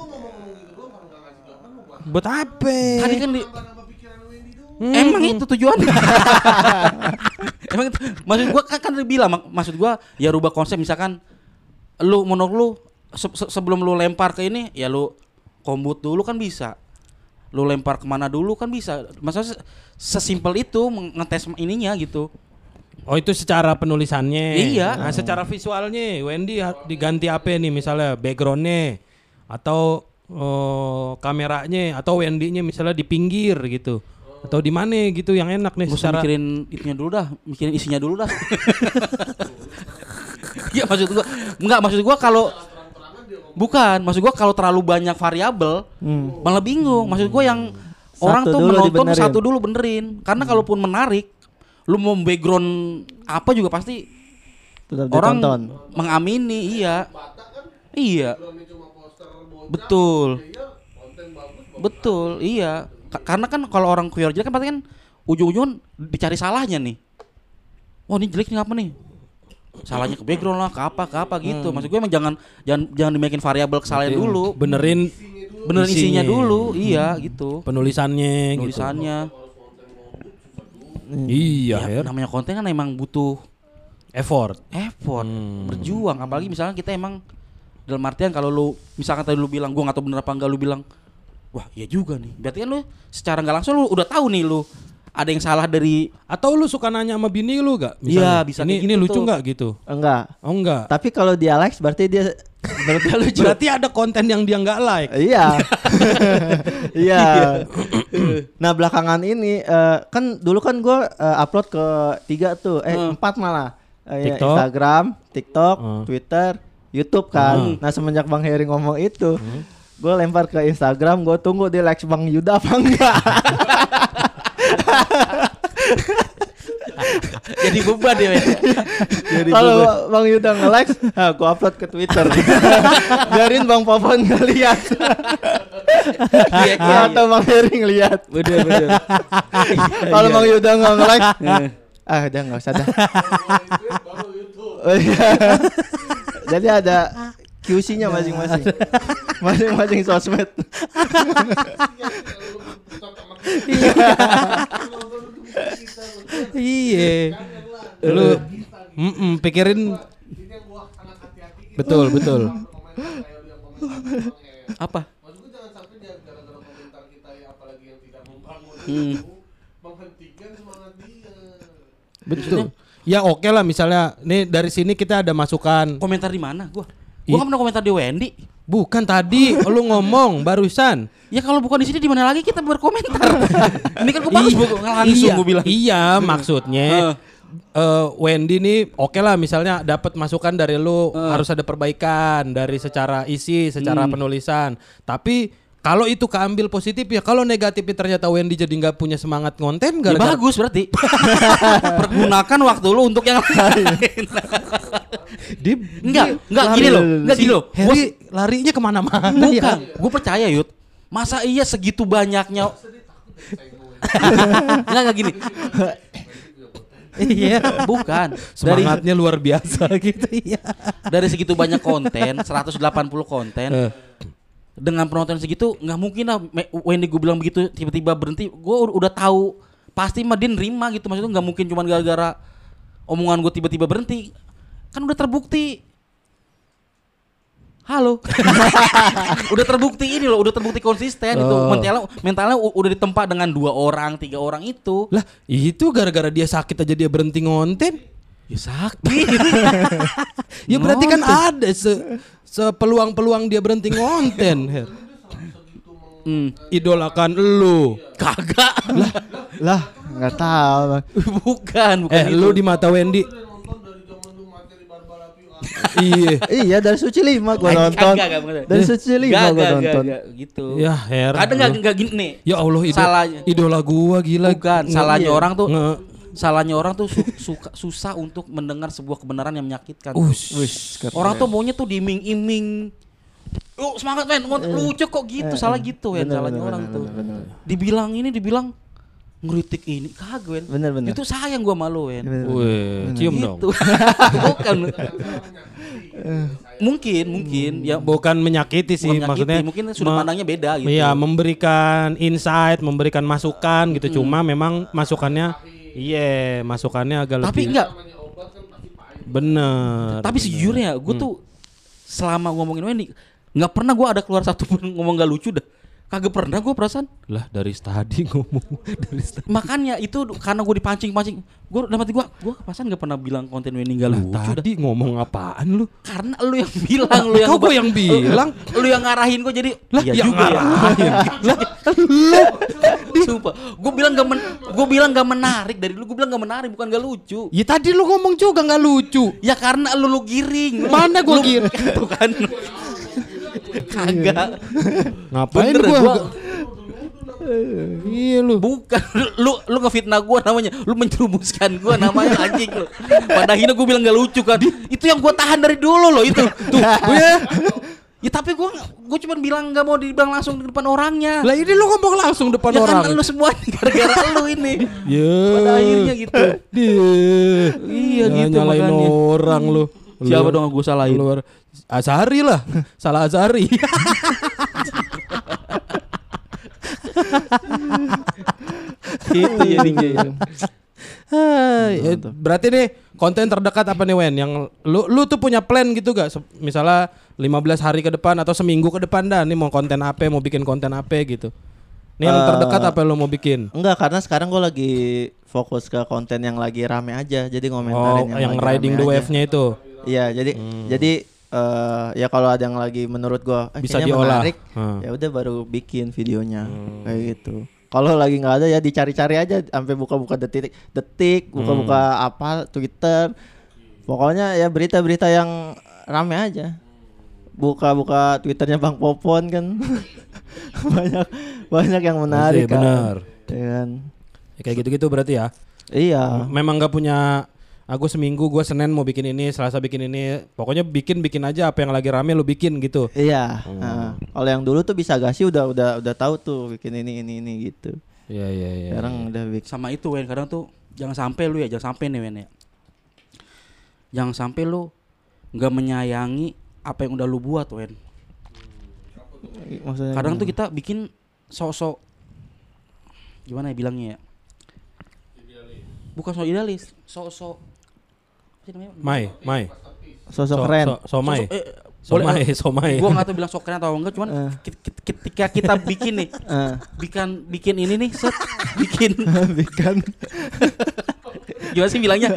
Buat apa? tadi kan emang itu tujuannya. Emang itu. Maksud gua kan dia bilang maksud gua ya rubah konsep, misalkan lu menurut lu sebelum lu lempar ke ini ya lu kombut dulu kan bisa. Lu lempar kemana dulu kan bisa. Maksudnya sesimpel itu ngetes ininya gitu. Oh itu secara penulisannya. Iya. Nah secara visualnya Wendy diganti apa nih misalnya backgroundnya atau kameranya atau Wendy-nya misalnya di pinggir gitu atau di mana gitu yang enak nih Gak usah secara. mikirin itunya dulu dah, mikirin isinya dulu dah. Iya maksud gua kalau maksud gua kalau terlalu banyak variabel malah bingung. Maksud gua yang orang Satu tuh dulu menonton dibenerin. satu dulu benerin. Karena kalaupun menarik, lu mau background apa juga pasti Tetap orang ditonton. mengamini. Iya. Betul, iya. Karena kan kalau orang viewer jelek kan pasti kan ujung-ujungan dicari salahnya nih. Wah ini jelek nih apa nih? Salahnya ke background lah, ke apa gitu. Maksud gue emang jangan dimaikin variabel kesalahan dulu. Benerin Isinya dulu, iya gitu. penulisannya. Tulisannya. Gitu. Iya Her. Namanya konten kan emang butuh Effort. berjuang. Apalagi misalnya kita emang dalam artian kalau lu misalkan tadi lu bilang gua nggak tahu bener apa enggak, lu bilang wah iya juga nih, berarti kan lu secara nggak langsung lu udah tahu nih lu ada yang salah dari Atau lu suka nanya sama bini lu gak? Iya, bisa Ini kayak ini gitu lucu tuh. nggak gitu? Enggak. Oh enggak. Tapi kalau dia likes berarti dia menurut dia lucu. Berarti ada konten yang dia nggak like. Iya. Iya. Nah, belakangan ini kan dulu kan gue upload ke 3 tuh, 4 malah. Ya, TikTok. Instagram, TikTok, Twitter, YouTube kan. Nah, semenjak Bang Heri ngomong itu, gue lempar ke Instagram, gue tunggu dia likes Bang Yuda apa enggak. jadi beban ya. Kalau Bang Yuda nge-likes, gue upload ke Twitter. Biarin Bang Popon ngeliat. Iya. Atau Bang Heri ngeliat. Bener. Kalau Bang Yuda nggak nge-like, udah nggak usah dah. Oh, iya. Jadi ada QC-nya masing-masing. Masing-masing sosmed. Iya. Lu pikirin betul. Apa? Maksud gue jangan sampai gara-gara komentar kita ya, apalagi yang tidak membangun menghentikan semangat dia. Betul. Ya oke lah misalnya nih dari sini kita ada masukan. Komentar di mana gua nggak pernah komentar di Wendy. Bukan tadi lu ngomong barusan. Ya kalau bukan di sini di mana lagi kita berkomentar. Ini kan gua bagus langsung gua bilang. Iya, maksudnya Wendy nih oke lah misalnya dapat masukan dari lu harus ada perbaikan dari secara isi, secara penulisan. Tapi Kalau itu keambil positif ya, kalau negatifnya ternyata Wendy jadi nggak punya semangat konten Ya gara-gara bagus berarti. Pergunakan waktu lu untuk yang lain. Enggak gini loh. Enggak gini loh. Harry larinya kemana-mana Bukan, ya. gue percaya Yud. Masa iya segitu banyaknya? Enggak gini. Iya, Bukan. semangatnya luar biasa gitu ya. Dari segitu banyak konten, 180 konten. Dengan penonton segitu nggak mungkin lah Wendy gue bilang begitu tiba-tiba berhenti. Gue udah tahu pasti mah dia nerima gitu. Maksudnya nggak mungkin cuma gara-gara omongan gue tiba-tiba berhenti. Kan udah terbukti. Halo. Udah terbukti ini loh, udah terbukti konsisten itu. Mentalnya udah ditempa dengan 2 orang, 3 orang itu. Lah, itu gara-gara dia sakit aja dia berhenti ngonten. Ya sakit. Ya berarti kan ada sepeluang-peluang dia berhenti ngonten. Her. Idolakan lu. Kagak. Lah, nggak tahu. Bukan Lu di mata Wendy. Iya, dari Suci 5 gua nonton. Dari Suci 5 gua nonton. Gak, gitu. Ya, Her. Kadang enggak gini nih. Ya Allah, salahnya idola gua gila. Bukan, salahnya Iya. orang tuh salahnya orang tuh susah untuk mendengar sebuah kebenaran yang menyakitkan. Orang tuh maunya tuh diiming-iming. Semangat men, lucu kok gitu, salah gitu ya, salahnya orang tuh. Dibilang ngeritik ini kagak Wen. Bener. Itu sayang gua malu Wen. Wih, cium dong. Gitu. Bukan. Mungkin ya Bukan menyakiti sih, maksudnya mungkin sudut pandangnya beda gitu. Iya, memberikan insight, memberikan masukan gitu. Cuma memang masukannya agak Tapi lebih. enggak. Bener. Tapi sejujurnya gue tuh selama ngomongin Wendy nggak pernah gue ada keluar satu pun ngomong gak lucu dah. Kagak pernah gue perasaan. Lah dari tadi ngomong dari tadi. Makanya itu karena gue dipancing-pancing. Gue dalam hati gue perasaan gak pernah bilang konten Wendy gak lucu dah. Tadi ngomong apaan lu? Karena lu yang bilang, lu yang Kok gue yang bilang? Lu yang ngarahin gue jadi. Lah, Iya yang juga ya. ngarahin. Sumpah, gue bilang gak menarik dari lu. Gue bilang gak menarik, bukan gak lucu. Ya tadi lu ngomong juga nggak lucu. Ya karena lu giring. Mana gua giring? Tuh kan. Kagak. Ngapain Bener, gua? Iya lu. Bukan lu ngefitnah gua namanya. Lu menjerumuskan gua namanya anjing lu. Pada akhirnya gua bilang gak lucu kan. Itu yang gua tahan dari dulu loh itu. Tuh. Ya tapi gua cuma bilang gak mau dibilang langsung di depan orangnya. Lah ini lu ngomong langsung depan Ya orang. kan lu semua gara-gara lu ini. Ya. Pada akhirnya gitu. Iya gitu nyalain makanya. orang lu. Siapa dong yang gua salahin? Luar Azhari lah. Salah Azhari. Gitu jadinya. Berarti nih konten terdekat apa nih Wen? Yang lu tuh punya plan gitu gak? Misalnya 15 hari ke depan atau seminggu ke depan dah nih mau konten apa, mau bikin konten apa gitu. Nih yang terdekat apa lu mau bikin? Enggak, karena sekarang gue lagi fokus ke konten yang lagi rame aja. Jadi ngomentarin yang lagi riding rame the aja. wave-nya itu. Iya, jadi ya kalau ada yang lagi menurut gue Bisa kayaknya diolah. menarik, ya udah baru bikin videonya kayak gitu. Kalau lagi nggak ada ya dicari-cari aja sampai buka-buka detik, buka-buka apa Twitter. Pokoknya ya berita-berita yang rame aja. Buka-buka Twitternya Bang Popon kan. banyak yang menarik Iya, benar. kan. Ya kan? Ya, kayak gitu-gitu berarti ya. Iya. Memang nggak punya. Aku seminggu gue Senin mau bikin ini, Selasa bikin ini. Pokoknya bikin aja apa yang lagi rame lu bikin gitu. Iya. Nah, kalau yang dulu tuh bisa gak sih udah tahu tuh bikin ini gitu. Iya. Sekarang udah bikin. Sama itu Wen, kadang tuh jangan sampai nih Wen ya. Jangan sampai lu nggak menyayangi apa yang udah lu buat Wen. Maksudnya Kadang gimana? tuh kita bikin sosok gimana ya bilangnya ya? Bukan sosok idealis, sosok apa sih namanya? Mai. Sosok keren. Somai. Boleh, Somai. Gua nggak tahu bilang sok keren atau enggak, cuman ketika kita bikin nih, bikin ini nih, bikin gimana sih bilangnya?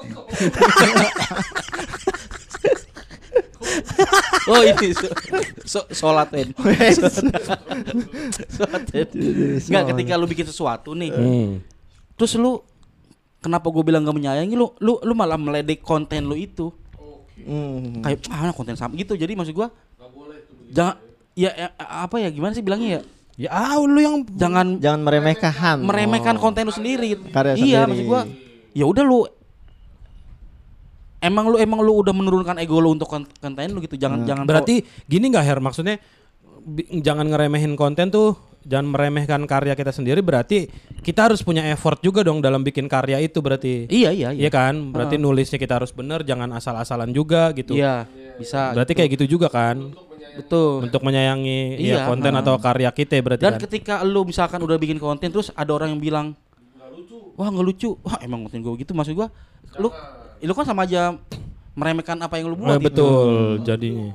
Oh ini sholat Wen. Sholat Wen. Nggak, ketika lu bikin sesuatu nih, terus lu kenapa gue bilang gak menyayangi lu malah meledek konten lu itu. Kayak konten sama gitu. Jadi maksud gue jangan apa ya gimana sih bilangnya ya? Ya lu yang Jangan meremehkan konten lu sendiri. Karya iya, sendiri. maksud gua ya udah lu emang lu udah menurunkan ego lu untuk konten lu gitu. Jangan berarti gini enggak Her, maksudnya jangan ngeremehin konten tuh, jangan meremehkan karya kita sendiri, berarti kita harus punya effort juga dong dalam bikin karya itu berarti. Iya. Iya kan? Berarti nulisnya kita harus bener, jangan asal-asalan juga gitu. Iya, bisa. Berarti kayak gitu juga kan? Betul. Untuk menyayangi Iya, konten atau karya kita berarti Dan kan. ketika lu misalkan udah bikin konten terus ada orang yang bilang wah nggak lucu, wah emang konten gue gitu, maksud gua lu kan sama aja meremehkan apa yang lu buat. Betul jadinya.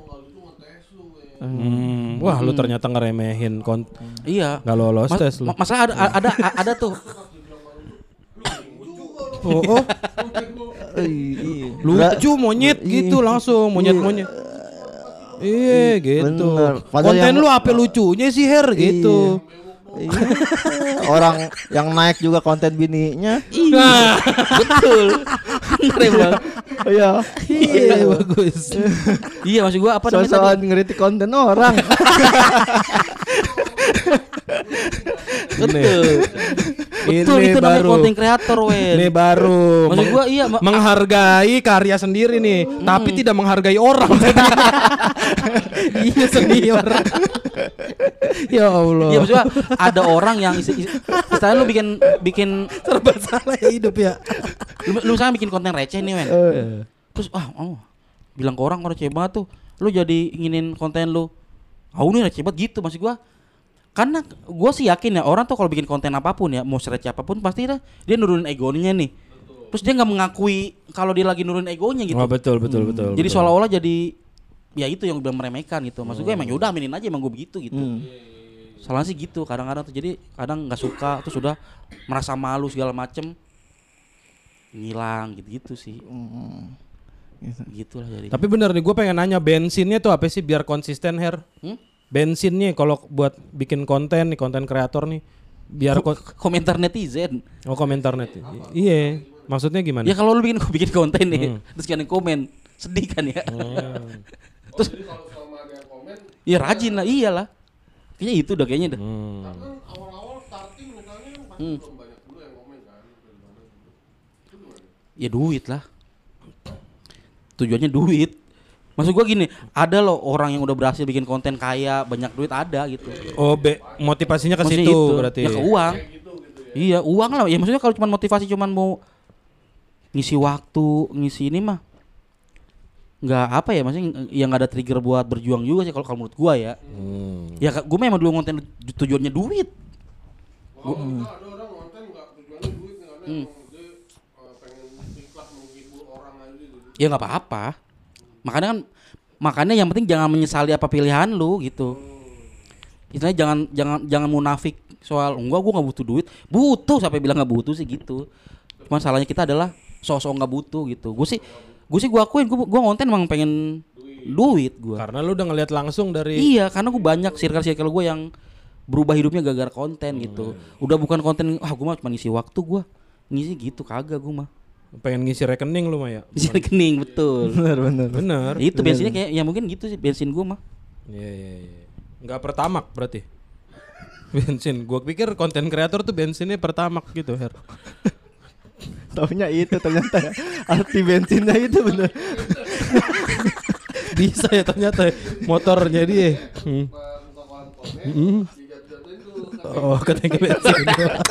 Wah lu ternyata ngeremehin konten. Iya. Gak lolos tes lu. Masalah ada tuh. Lucu monyet gitu langsung monyet. Iya gitu. Bener. Padahal Konten yang- lu apa lucunya sih Her gitu. Iya. Orang yang naik juga konten bininya. Betul. Bener emang. Iya. Iya bagus. Iya maksud gua apa namanya tadi? Soal ngeritik konten orang. Betul. Betul Ini itu namanya baru. konten kreator Wen. Ini baru. Maksud gua iya menghargai karya sendiri nih, tapi tidak menghargai orang. Iya senior. Ya Allah. Iya maksud gua ada orang yang istilahnya lu bikin serba salah ya hidup ya. lu misalnya bikin konten receh nih Wen. Terus bilang ke orang receh banget tuh. Lu jadi inginin konten lu. Ini receh banget gitu maksud gua. Karena gue sih yakin ya orang tuh kalau bikin konten apapun ya mau receh apapun pasti dia nurunin egonya nih. Terus dia nggak mengakui kalau dia lagi nurunin egonya gitu. Oh betul. Jadi seolah-olah jadi ya itu yang udah meremehkan gitu. Maksud gue emang yaudah aminin aja emang gue begitu gitu. Salahnya sih gitu kadang-kadang tuh jadi kadang nggak suka terus sudah merasa malu segala macem ngilang gitu sih. Gitulah jadi. Tapi bener nih gue pengen nanya bensinnya tuh apa sih biar konsisten Her? Bensinnya kalau buat bikin konten nih konten kreator nih biar Komentar netizen. komentar net. Iya, maksudnya gimana? Ya kalau lu bikin konten nih terus kan yang komen sedih kan ya. Terus Kalau selama ada yang komen, ya rajin lah iyalah. Kayaknya itu udah kayaknya dah. kan awal-awal starting misalnya kan pasti belum banyak dulu yang komen kan. Ya duit lah. Tujuannya duit. Maksud gua gini, ada loh orang yang udah berhasil bikin konten kaya, banyak duit ada gitu. Oh, motivasinya ke Maksudnya situ itu, berarti. ya ke uang. Iya, uang lah. Ya maksudnya kalau cuma motivasi cuman mau ngisi waktu, ngisi ini mah nggak apa ya, maksudnya yang nggak ada trigger buat berjuang juga sih kalau menurut gua ya. Ya gua memang dulu konten tujuannya duit. Ada orang konten nggak tujuannya duit nih karena emang dia pengen ikhlas menghibur orang aja gitu. Ya nggak apa-apa. Makanya yang penting jangan menyesali apa pilihan lu gitu. Istilahnya jangan munafik soal enggak gua nggak butuh duit. Butuh, sampai bilang nggak butuh sih gitu. Cuma salahnya kita adalah sosok nggak butuh gitu. Gua akuin gua ngonten emang pengen duit gua. Karena lu udah ngeliat langsung dari Iya, karena gua banyak circle gua yang berubah hidupnya gara-gara konten gitu. Udah bukan konten gua mah cuma ngisi waktu gua. Ngisi gitu kagak gua mah. pengen ngisi rekening lu mah ya. Ngisi rekening betul. Bener. Ya, itu bensinnya kayak ya mungkin gitu sih bensin gua mah. Iya. Enggak pertamak berarti. Bensin. Gua pikir konten kreator tuh bensinnya pertamak gitu, Her. Taunya itu ternyata arti bensinnya itu bener. Bisa ya ternyata motornya dia. Tokohan komen dijatuhin tuh Oh, katanya bensin.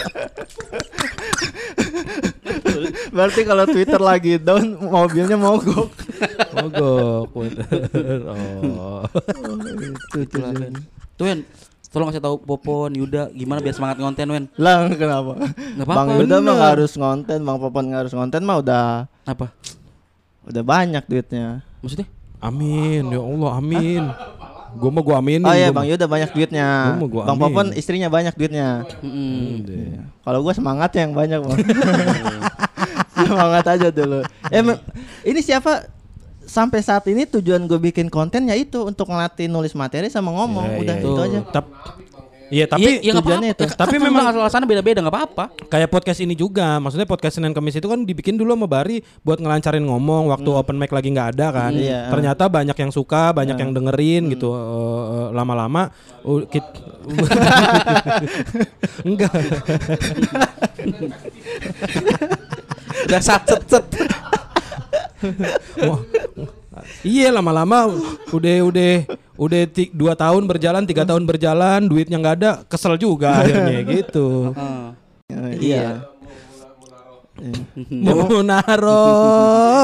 Berarti kalau Twitter lagi down mobilnya mogok. Mogok. Bener. Oh. Itu Tuh Wen, tolong kasih tahu Popon, Yuda gimana biar semangat ngonten Wen. lah kenapa? Nggak apa-apa. Bang Yuda mah Bener. nggak harus ngonten, Bang Popon nggak harus ngonten mah Apa? udah banyak duitnya. Maksudnya? Amin, ya Allah, amin. Gua aminin. Oh iya, gua Bang Yuda banyak duitnya. Gua Bang amin. Popon istrinya banyak duitnya. Kalau gua semangatnya yang banyak, Bang. Semangat aja dulu. Ini siapa? Sampai saat ini tujuan gue bikin konten ya itu untuk ngelatih nulis materi sama ngomong. Ya, Udah ya, itu ya. aja. Iya, tapi Iya nggak tujuannya apa-apa. itu. Tapi Kan memang alasannya beda-beda nggak apa-apa. kayak podcast ini juga. Maksudnya podcast Senin Kamis itu kan dibikin dulu sama Bari buat ngelancarin ngomong waktu open mic lagi nggak ada kan. Iya. Ternyata banyak yang suka, banyak yang dengerin gitu. Lama-lama enggak. Udah set. Wah, iya lama-lama udah 2 tahun berjalan, 3 tahun berjalan, duitnya nggak ada, kesel juga akhirnya gitu. Iya. Mau naro.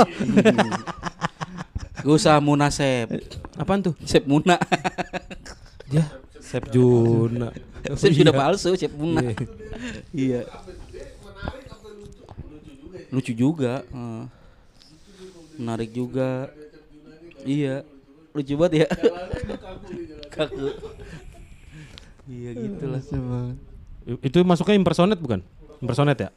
Gak usah Muna Sep. Apaan tuh? Sep Muna. Ya, Sep Juna. Sep Iya. sudah palsu, Sep Muna. Iya. Lucu juga. Menarik juga. Iya. Lucu banget ya. Kaku. Iya gitulah. Itu masuknya impersonate bukan? Impersonate ya?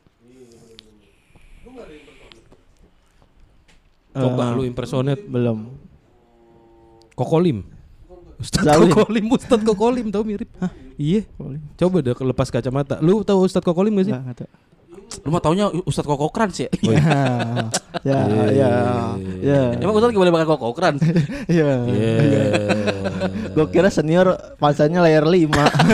Coba lu impersonate Belum. Kokolim. Ustadz Zawin. Kokolim tahu mirip. Iya. Coba deh lepas kacamata. Lu tahu Ustadz Kokolim gak sih? Nggak tahu. Lu mah taunya Ustadz Kokokran sih. Ya. Emang Ustadz gimana pakai Kokokran? Iya. Iya. Gue kira senior pasanya layar 5.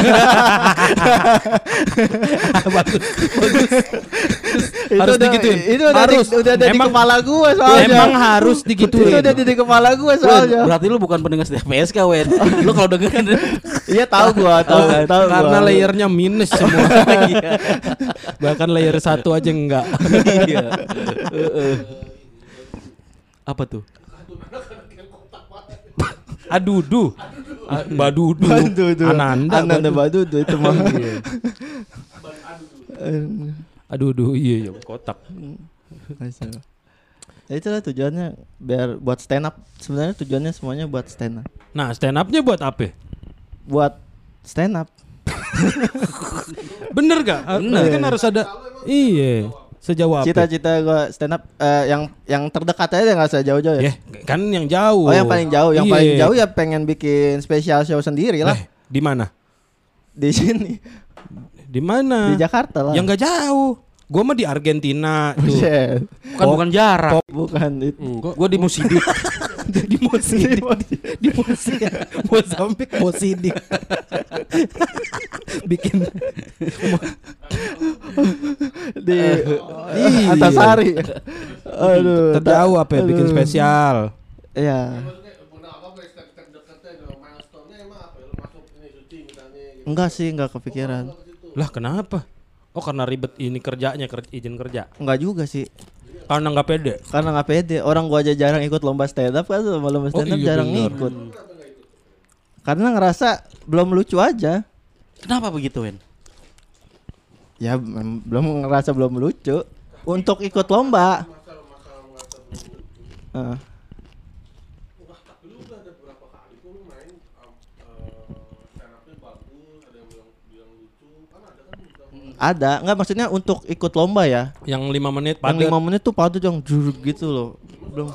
Harus digituin. Itu udah Harus. udah ada di Emang- kepala gue soalnya. Emang harus digituin. Itu udah di kepala gue Wen, soalnya. berarti lu bukan pendengar setiap PSK, Wen. Lu kalau dengerin Iya tahu gua, tahu Karena gua. layernya minus semua. Bahkan layer 1 aja enggak. Iya. Apa tuh? Adudu. Badudu. Badudu. Ananda. Ananda Badudu itu mah. Adudu iya kotak. Ya itulah tujuannya biar buat stand up. Sebenarnya tujuannya semuanya buat stand up. Nah, stand up-nya buat apa? Buat stand up. Bener gak? Bener kan harus ada. Iya. Sejauh apa? Cita-cita gua stand up yang terdekat aja enggak usah jauh-jauh ya. Ya, kan yang jauh. Oh, yang paling jauh, yang Iya. paling jauh ya pengen bikin special show sendiri lah. Di mana? Di sini, Di mana? di Jakarta lah. Yang nggak jauh. Gua mah di Argentina tuh. Buset. Bukan jarak. Bukan itu. Gua di Musidik. Di Mosidik. Di Mosidik. Mozambik Mosidik. Bikin Di Iya. Antasari. Aduh. terjauh apa ya? Bikin spesial. Iya. Enggak sih, enggak kepikiran. Lah kenapa? Oh karena ribet ini kerjanya, izin kerja. Enggak juga sih. Karena nggak pede. Karena nggak pede. Orang gua aja jarang ikut lomba stand up kan, lomba stand up iya jarang bener. ikut. Karena ngerasa belum lucu aja. Kenapa begitu, Wen? Ya belum ngerasa belum lucu untuk ikut lomba. Ada, enggak maksudnya untuk ikut lomba ya. Yang 5 menit Yang padat. 5 menit tuh padat yang juruk gitu loh. Belum.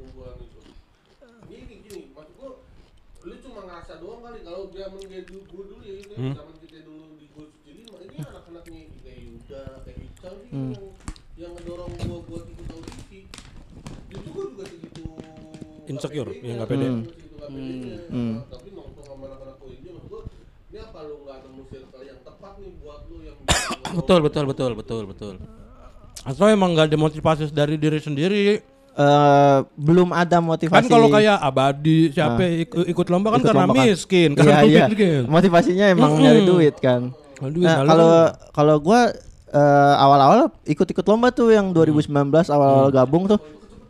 Lu cuma ngerasa doang kali kalau zaman kayak gue dulu ya, zaman kita dulu di Gol Suci 5 ini anak-anaknya kayak Yuda, kayak Ical nih yang ngedorong gua buat ikut audisi. Itu gua juga segitu Insecure, ya nggak pede. Tapi nongkrong sama anak-anak gue ini maksud gua, ini apa lu nggak nemu circle yang tepat nih buat lu yang Betul. Atau emang nggak ada motivasi dari diri sendiri? Belum ada motivasi. Kan kalau kayak Abadi siapa ikut lomba kan Ikut karena lomba kan. miskin, Iya, karena iya. miskin. Motivasinya emang nyari duit kan. Aduh, Nah, lalu kalau gua awal-awal ikut-ikut lomba tuh yang 2019 awal gabung tuh.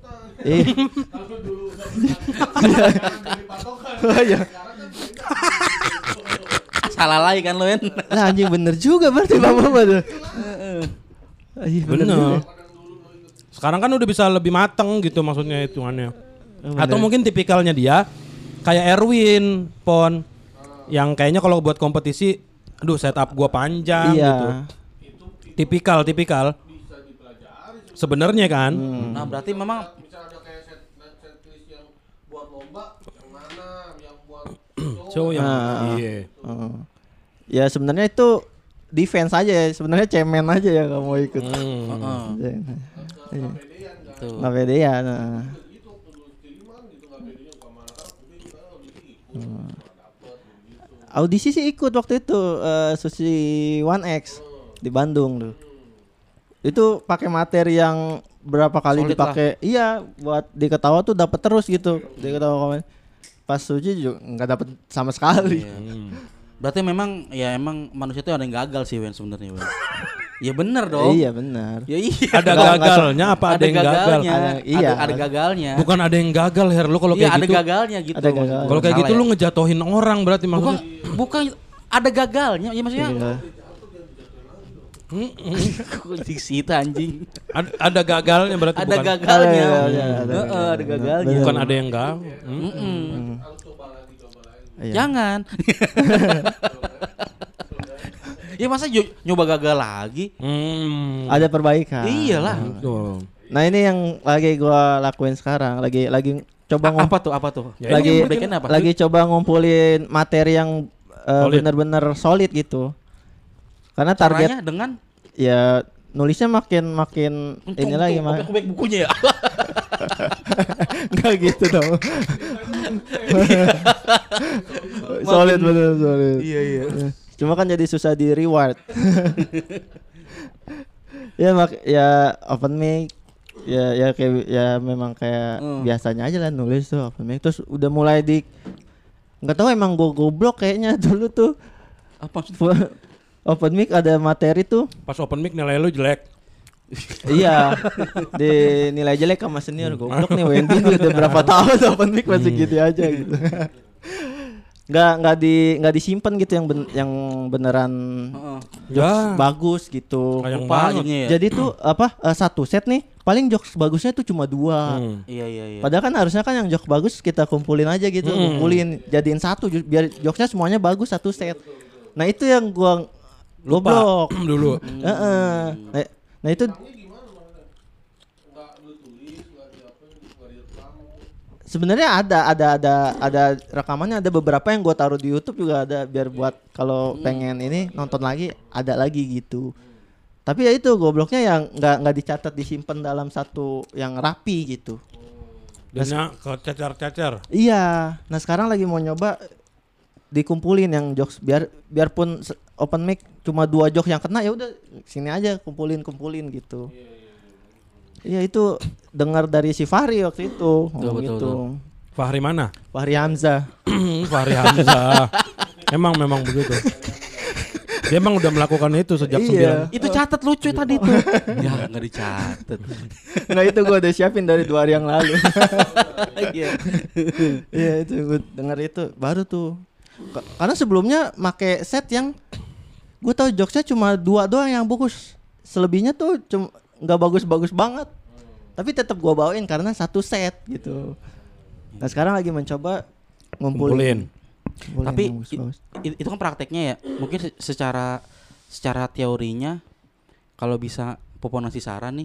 Salah lagi kan, Wen? Lah anjing bener juga berarti Bapak tuh. Iya bener. juga. Sekarang kan udah bisa lebih mateng gitu maksudnya hitungannya. Oh, Atau bener. mungkin tipikalnya dia kayak Erwin Pon yang kayaknya kalau buat kompetisi aduh setup gua panjang Iya. gitu. Tipikal sebenarnya kan. Nah, berarti memang bisa ada kayak setlist yang buat lomba yang mana, yang buat So yang Ah. iya. Ya sebenarnya itu defense aja ya. Sebenarnya cemen aja ya nggak mau ikut. Nggak pede ya. Nah. Audisi sih ikut waktu itu Susi 1X di Bandung tuh. Itu pakai materi yang berapa kali Solid dipakai. Iya, buat di Ketawa tuh dapat terus gitu. Di Ketawa komen. Pas Suci juga nggak dapat sama sekali. Berarti memang ya emang manusia itu ada yang gagal sih Wen sebenarnya Wen. Ya benar dong. Iya benar. Ya iya. Ada gagalnya apa ada yang gagal? gagalnya. Iya. Ada gagalnya. Bukan ada yang gagal Her, lu kalau Iya kayak ada gitu. gagalnya gitu. Ada gagal. Kalau kayak gitu lu ngejatohin orang berarti bukan maksudnya. bukan ada gagalnya. Ya maksudnya Iya. diksi itu anjing. Ada gagalnya berarti Ada bukan. gagalnya. Ada Ada gagalnya. Bukan ada yang gagal. Iya. Jangan. Ya masa nyoba gagal lagi? Ada perbaikan. Iyalah. Tuh. Nah ini yang lagi gua lakuin sekarang, lagi coba Apa tuh? Ya, lagi ini bikin apa? lagi coba ngumpulin materi yang Solid. benar-benar solid gitu. Karena target Caranya dengan ya nulisnya makin ini lagi mah. Kubek bukunya ya. Enggak gitu dong. Solid bener solid. Iya. Cuma kan jadi susah di reward. ya open mic ya kayak ya memang kayak biasanya aja lah nulis tuh open mic. Terus udah mulai nggak tahu emang gue goblok kayaknya dulu tuh. Apa? Open mic ada materi tuh. Pas open mic nilai lu jelek. Iya, dinilai jelek sama senior. Goblok nih Wendy udah berapa tahun open mic masih gitu aja gitu. Nggak disimpan gitu yang beneran jokes bagus gitu. Kayak yang Lupa banget. jadinya ya. Jadi tuh satu set nih paling jokes bagusnya tuh cuma 2. Iya. Padahal kan harusnya kan yang jokes bagus kita kumpulin aja gitu, kumpulin jadiin satu biar jokesnya semuanya bagus satu set. Nah itu yang gua goblok dulu. Nah itu sebenarnya ada rekamannya, ada beberapa yang gue taruh di YouTube juga ada biar buat kalau pengen ini nonton lagi ada lagi gitu. Tapi ya itu gobloknya yang nggak dicatat disimpan dalam satu yang rapi gitu. Jadinya kecacar-cacar. Iya. Nah sekarang lagi mau nyoba dikumpulin yang jokes biarpun open mic cuma 2 jokes yang kena ya udah sini aja kumpulin gitu. Iya itu dengar dari si Fahri waktu itu ngomong gitu. Fahri mana? Fahri Hamzah. Fahri Hamzah. memang begitu. Dia emang udah melakukan itu sejak 9. Itu catat lucu tadi tuh. Ya enggak dicatat. Nah itu gue udah siapin dari 2 hari yang lalu. Iya. Iya itu gue dengar itu baru tuh. Karena sebelumnya make set yang gue tahu jokesnya cuma 2 doang yang bagus. Selebihnya tuh cuma nggak bagus-bagus banget. Tapi tetap gue bawain karena satu set gitu. Nah sekarang lagi mencoba ngumpulin. Tapi yang bagus-bagus. itu kan prakteknya ya. Mungkin secara teorinya kalau bisa Popon ngasih saran nih.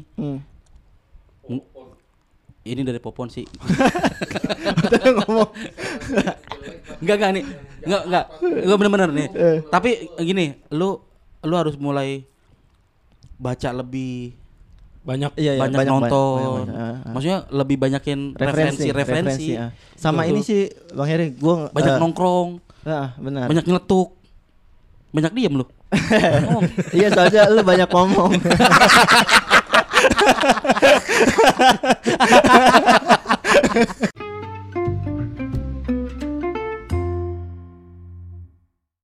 Ini dari Popon sih. Ngomong. Enggak nih. Enggak benar-benar nih. Tapi gini, lu harus mulai baca lebih Banyak. Iya, banyak nonton. banyak. Maksudnya lebih banyakin referensi. Ya. Sama Betul. ini sih Bang Heri, gua Banyak nongkrong, benar. banyak nyeletuk. Banyak diem lu. Iya soalnya lu banyak ngomong.